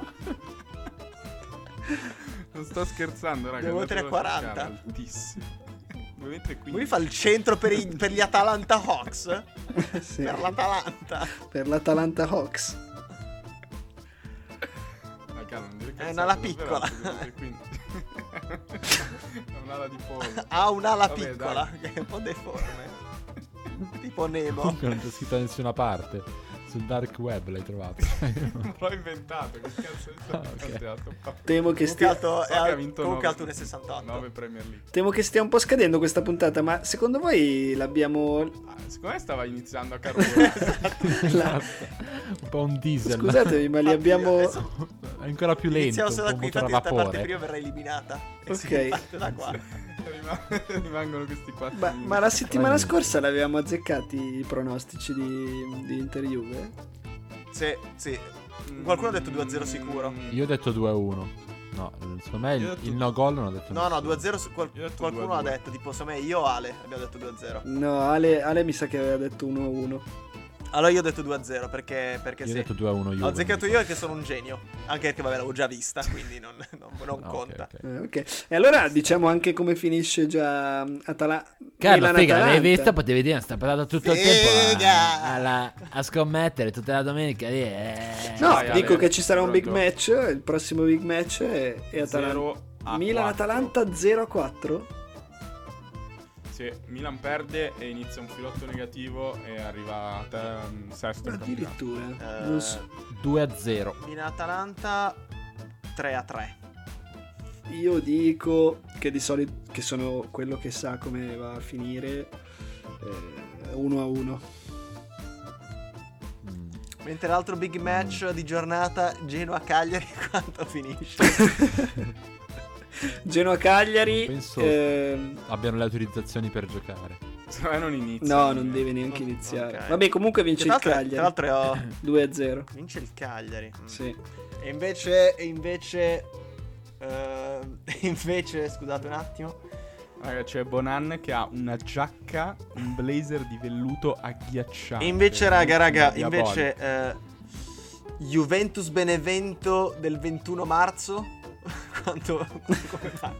D: Non sto scherzando, raga.
B: due metri e quaranta.
D: Altissimo. due metri e quindici.
B: Lui fa il centro per, i- per gli Atalanta Hawks.
F: Sì.
B: Per l'Atalanta.
F: Per l'Atalanta Hawks.
D: Raga, non dire
B: È
D: cazzate,
B: un'ala
D: davvero,
B: piccola.
D: due metri e quindici. È un'ala di pollo.
B: Ha un'ala
D: Vabbè,
B: piccola,
D: dai.
B: che è un po' deforme. Tipo Nemo.
A: Comunque non c'è scritto da nessuna parte. Sul dark web l'hai trovato.
D: Non l'ho inventato, che cazzo è stato?
A: Ah, ok.
D: Quanto è alto?
F: Temo che
B: Comunque
F: stia
B: alto,
D: So
B: è
D: che ha
B: al-
D: vinto
B: comunque
D: nove-
B: alto uno virgola sessantotto.
D: nove Premier League.
F: Temo che stia un po' scadendo questa puntata, ma secondo voi l'abbiamo...
D: Ah, secondo me stava iniziando a carburare.
F: la-
A: Un po' un diesel.
F: Scusatemi, ma li
B: Infatti,
F: abbiamo...
B: adesso
A: È ancora più lento.
B: iniziamo
A: Un
B: solo
A: po'
B: da qui,
A: motore a
B: infatti questa parte
A: vapore.
B: prima verrà eliminata. E si
F: Ok.
B: parte da qua.
D: Rim- Rimangono questi quattro.
F: Ma,
D: minuti.
F: ma la settimana scorsa l'avevamo azzeccati i pronostici di, di Inter-Juve?
B: Sì, sì. Qualcuno ha detto due a zero sicuro.
D: Mm,
A: Io ho detto due a uno. No, secondo me
D: Io ho
A: il,
D: detto-
A: il no goal non ha detto
B: No, no,
A: nessuno.
B: due a zero. su- qual-
D: Io ho detto
B: qualcuno
D: due a
B: ha
D: due.
B: detto, tipo, insomma, io o Ale abbiamo detto due a zero.
F: No, Ale, Ale mi sa che aveva detto uno a uno.
B: Allora io ho detto due a zero perché, perché
A: Io
B: sì.
A: ho detto due a uno io.
B: Ho azzeccato io che sono un genio. Anche perché, vabbè, l'avevo già vista, quindi non, non- non
A: Ah, ok,
B: conta.
A: ok.
F: Eh, ok. E allora diciamo anche come finisce già Atalanta.
E: Carlo, figa, l'hai vista? Potevi dire, sta parlando tutto il tempo
B: Figa!
E: a, alla- a scommettere tutta la domenica. lì, eh.
F: No,
D: Vai,
F: dico
D: Ale,
F: che ci sarà un big
D: pronto?
F: match. Il prossimo big match è, è Atalanta.
D: zero a
F: Milan-Atalanta zero a quattro.
D: Sì, Milan perde e inizia un filotto negativo e arriva a te, um, sesto in campionato.
F: Addirittura.
B: Eh,
F: Non so.
A: due a zero.
B: Milan-Atalanta tre a tre.
F: Io dico che di solito, che sono quello che sa come va a finire, eh, uno a uno.
A: Mm.
B: Mentre l'altro big match di giornata, Genoa-Cagliari, quanto finisce?
F: Genoa-Cagliari.
A: Penso-
F: ehm,
A: Abbiano le autorizzazioni per giocare.
D: Se no non inizia.
F: no, non deve neanche iniziare.
B: Ok.
F: Vabbè, comunque vince
B: Tra
F: il
B: l'altro,
F: Cagliari
B: tra l'altro ho-
F: due a zero.
B: vince il Cagliari. Mm.
F: Sì.
B: E invece, e invece, eh, invece, scusate un attimo.
D: Raga, c'è Bonan che ha una giacca, un blazer di velluto agghiacciante.
B: E invece, raga, raga,
D: Diabolico.
B: invece, eh, Juventus-Benevento del ventuno marzo. Quanto, come va?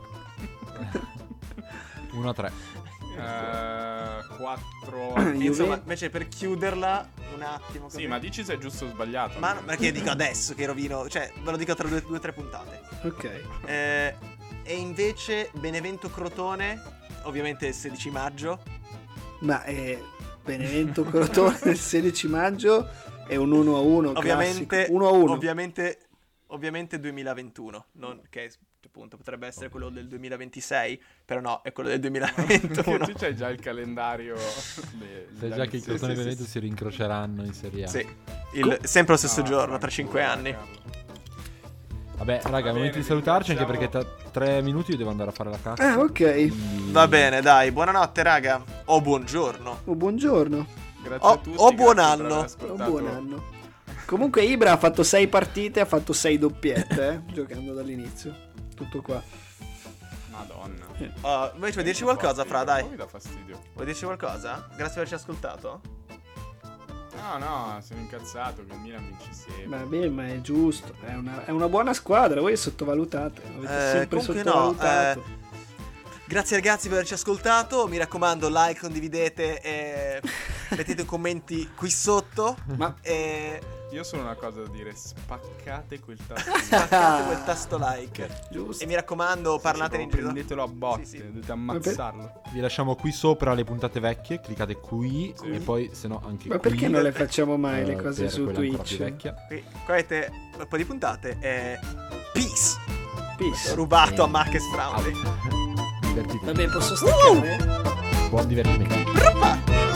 A: uno a tre.
D: Eh, quattro.
F: Juve-
B: Insomma, invece per chiuderla un attimo così.
D: Sì, ma dici se è giusto o sbagliato.
B: Ma no, perché io dico adesso che rovino, cioè ve lo dico tra due o tre puntate.
F: Ok.
B: Eh, e invece Benevento-Crotone, ovviamente il sedici maggio.
F: Ma è Benevento Crotone il sedici maggio è un uno a uno.
B: Ovviamente
F: uno a uno.
B: Ovviamente ovviamente duemilaventuno, non che appunto potrebbe essere quello del duemilaventisei, però no, è quello del duemilaventuno.
D: Tu c'hai già il calendario. de-
A: Sai
D: degli
A: già che
D: anni-
A: i Crotone e
D: sì, sì,
A: Veneto
D: sì,
A: si rincroceranno in Serie A.
B: Sì, il- sempre lo stesso
D: No,
B: giorno,
D: no,
B: tra cinque
D: no,
B: anni.
D: Carlo.
A: Vabbè, raga,
D: Va
A: è momento
D: bene,
A: di salutarci anche
D: ringraziamo-
A: perché tra tre minuti io devo andare a fare la cacca.
F: Ah, ok.
A: Quindi-
B: Va bene, dai, buonanotte raga. O buongiorno.
F: Oh, buongiorno.
D: Grazie
B: Oh,
D: a tutti.
B: oh, buon
D: grazie per
B: anno.
D: aver
F: Oh,
D: ascoltato.
F: buon anno. Comunque Ibra ha fatto sei partite, ha fatto sei doppiette, eh, giocando dall'inizio. Tutto qua.
D: Madonna.
B: Oh, invece vuoi dirci qualcosa, Fra, dai?
D: Mi dà fastidio.
B: Vuoi dirci qualcosa? Grazie per averci ascoltato.
D: No, no, sono incazzato che il Milan vince sempre.
F: Vabbè, ma è giusto. È una, è una buona squadra. Voi sottovalutate. Avete
B: Eh,
F: sempre
B: comunque no,
F: sottovalutato.
B: eh, Grazie ragazzi per averci ascoltato. Mi raccomando, like, condividete e mettete commenti qui sotto.
F: Ma
B: E
D: Io solo una cosa da dire, spaccate quel tasto.
B: spaccate quel tasto like.
F: giusto.
B: E mi raccomando, parlate in giro.
D: Prendetelo a botte,
B: Sì, sì.
D: dovete ammazzarlo.
A: Vi lasciamo qui sopra le puntate vecchie, cliccate qui
D: Sì.
A: e poi se no anche
F: Ma
A: qui.
F: perché non le facciamo mai le
A: eh,
F: cose
A: per
F: su
A: quella ancora più
F: Twitch?
A: vecchia.
B: Qui, qua avete un po' di puntate. E peace.
F: Peace.
B: Rubato
A: Eh,
B: a Marcus Brownlee.
A: Divertitevi.
F: Vabbè, posso staccare?
A: Buon divertimento.
B: Ruppa.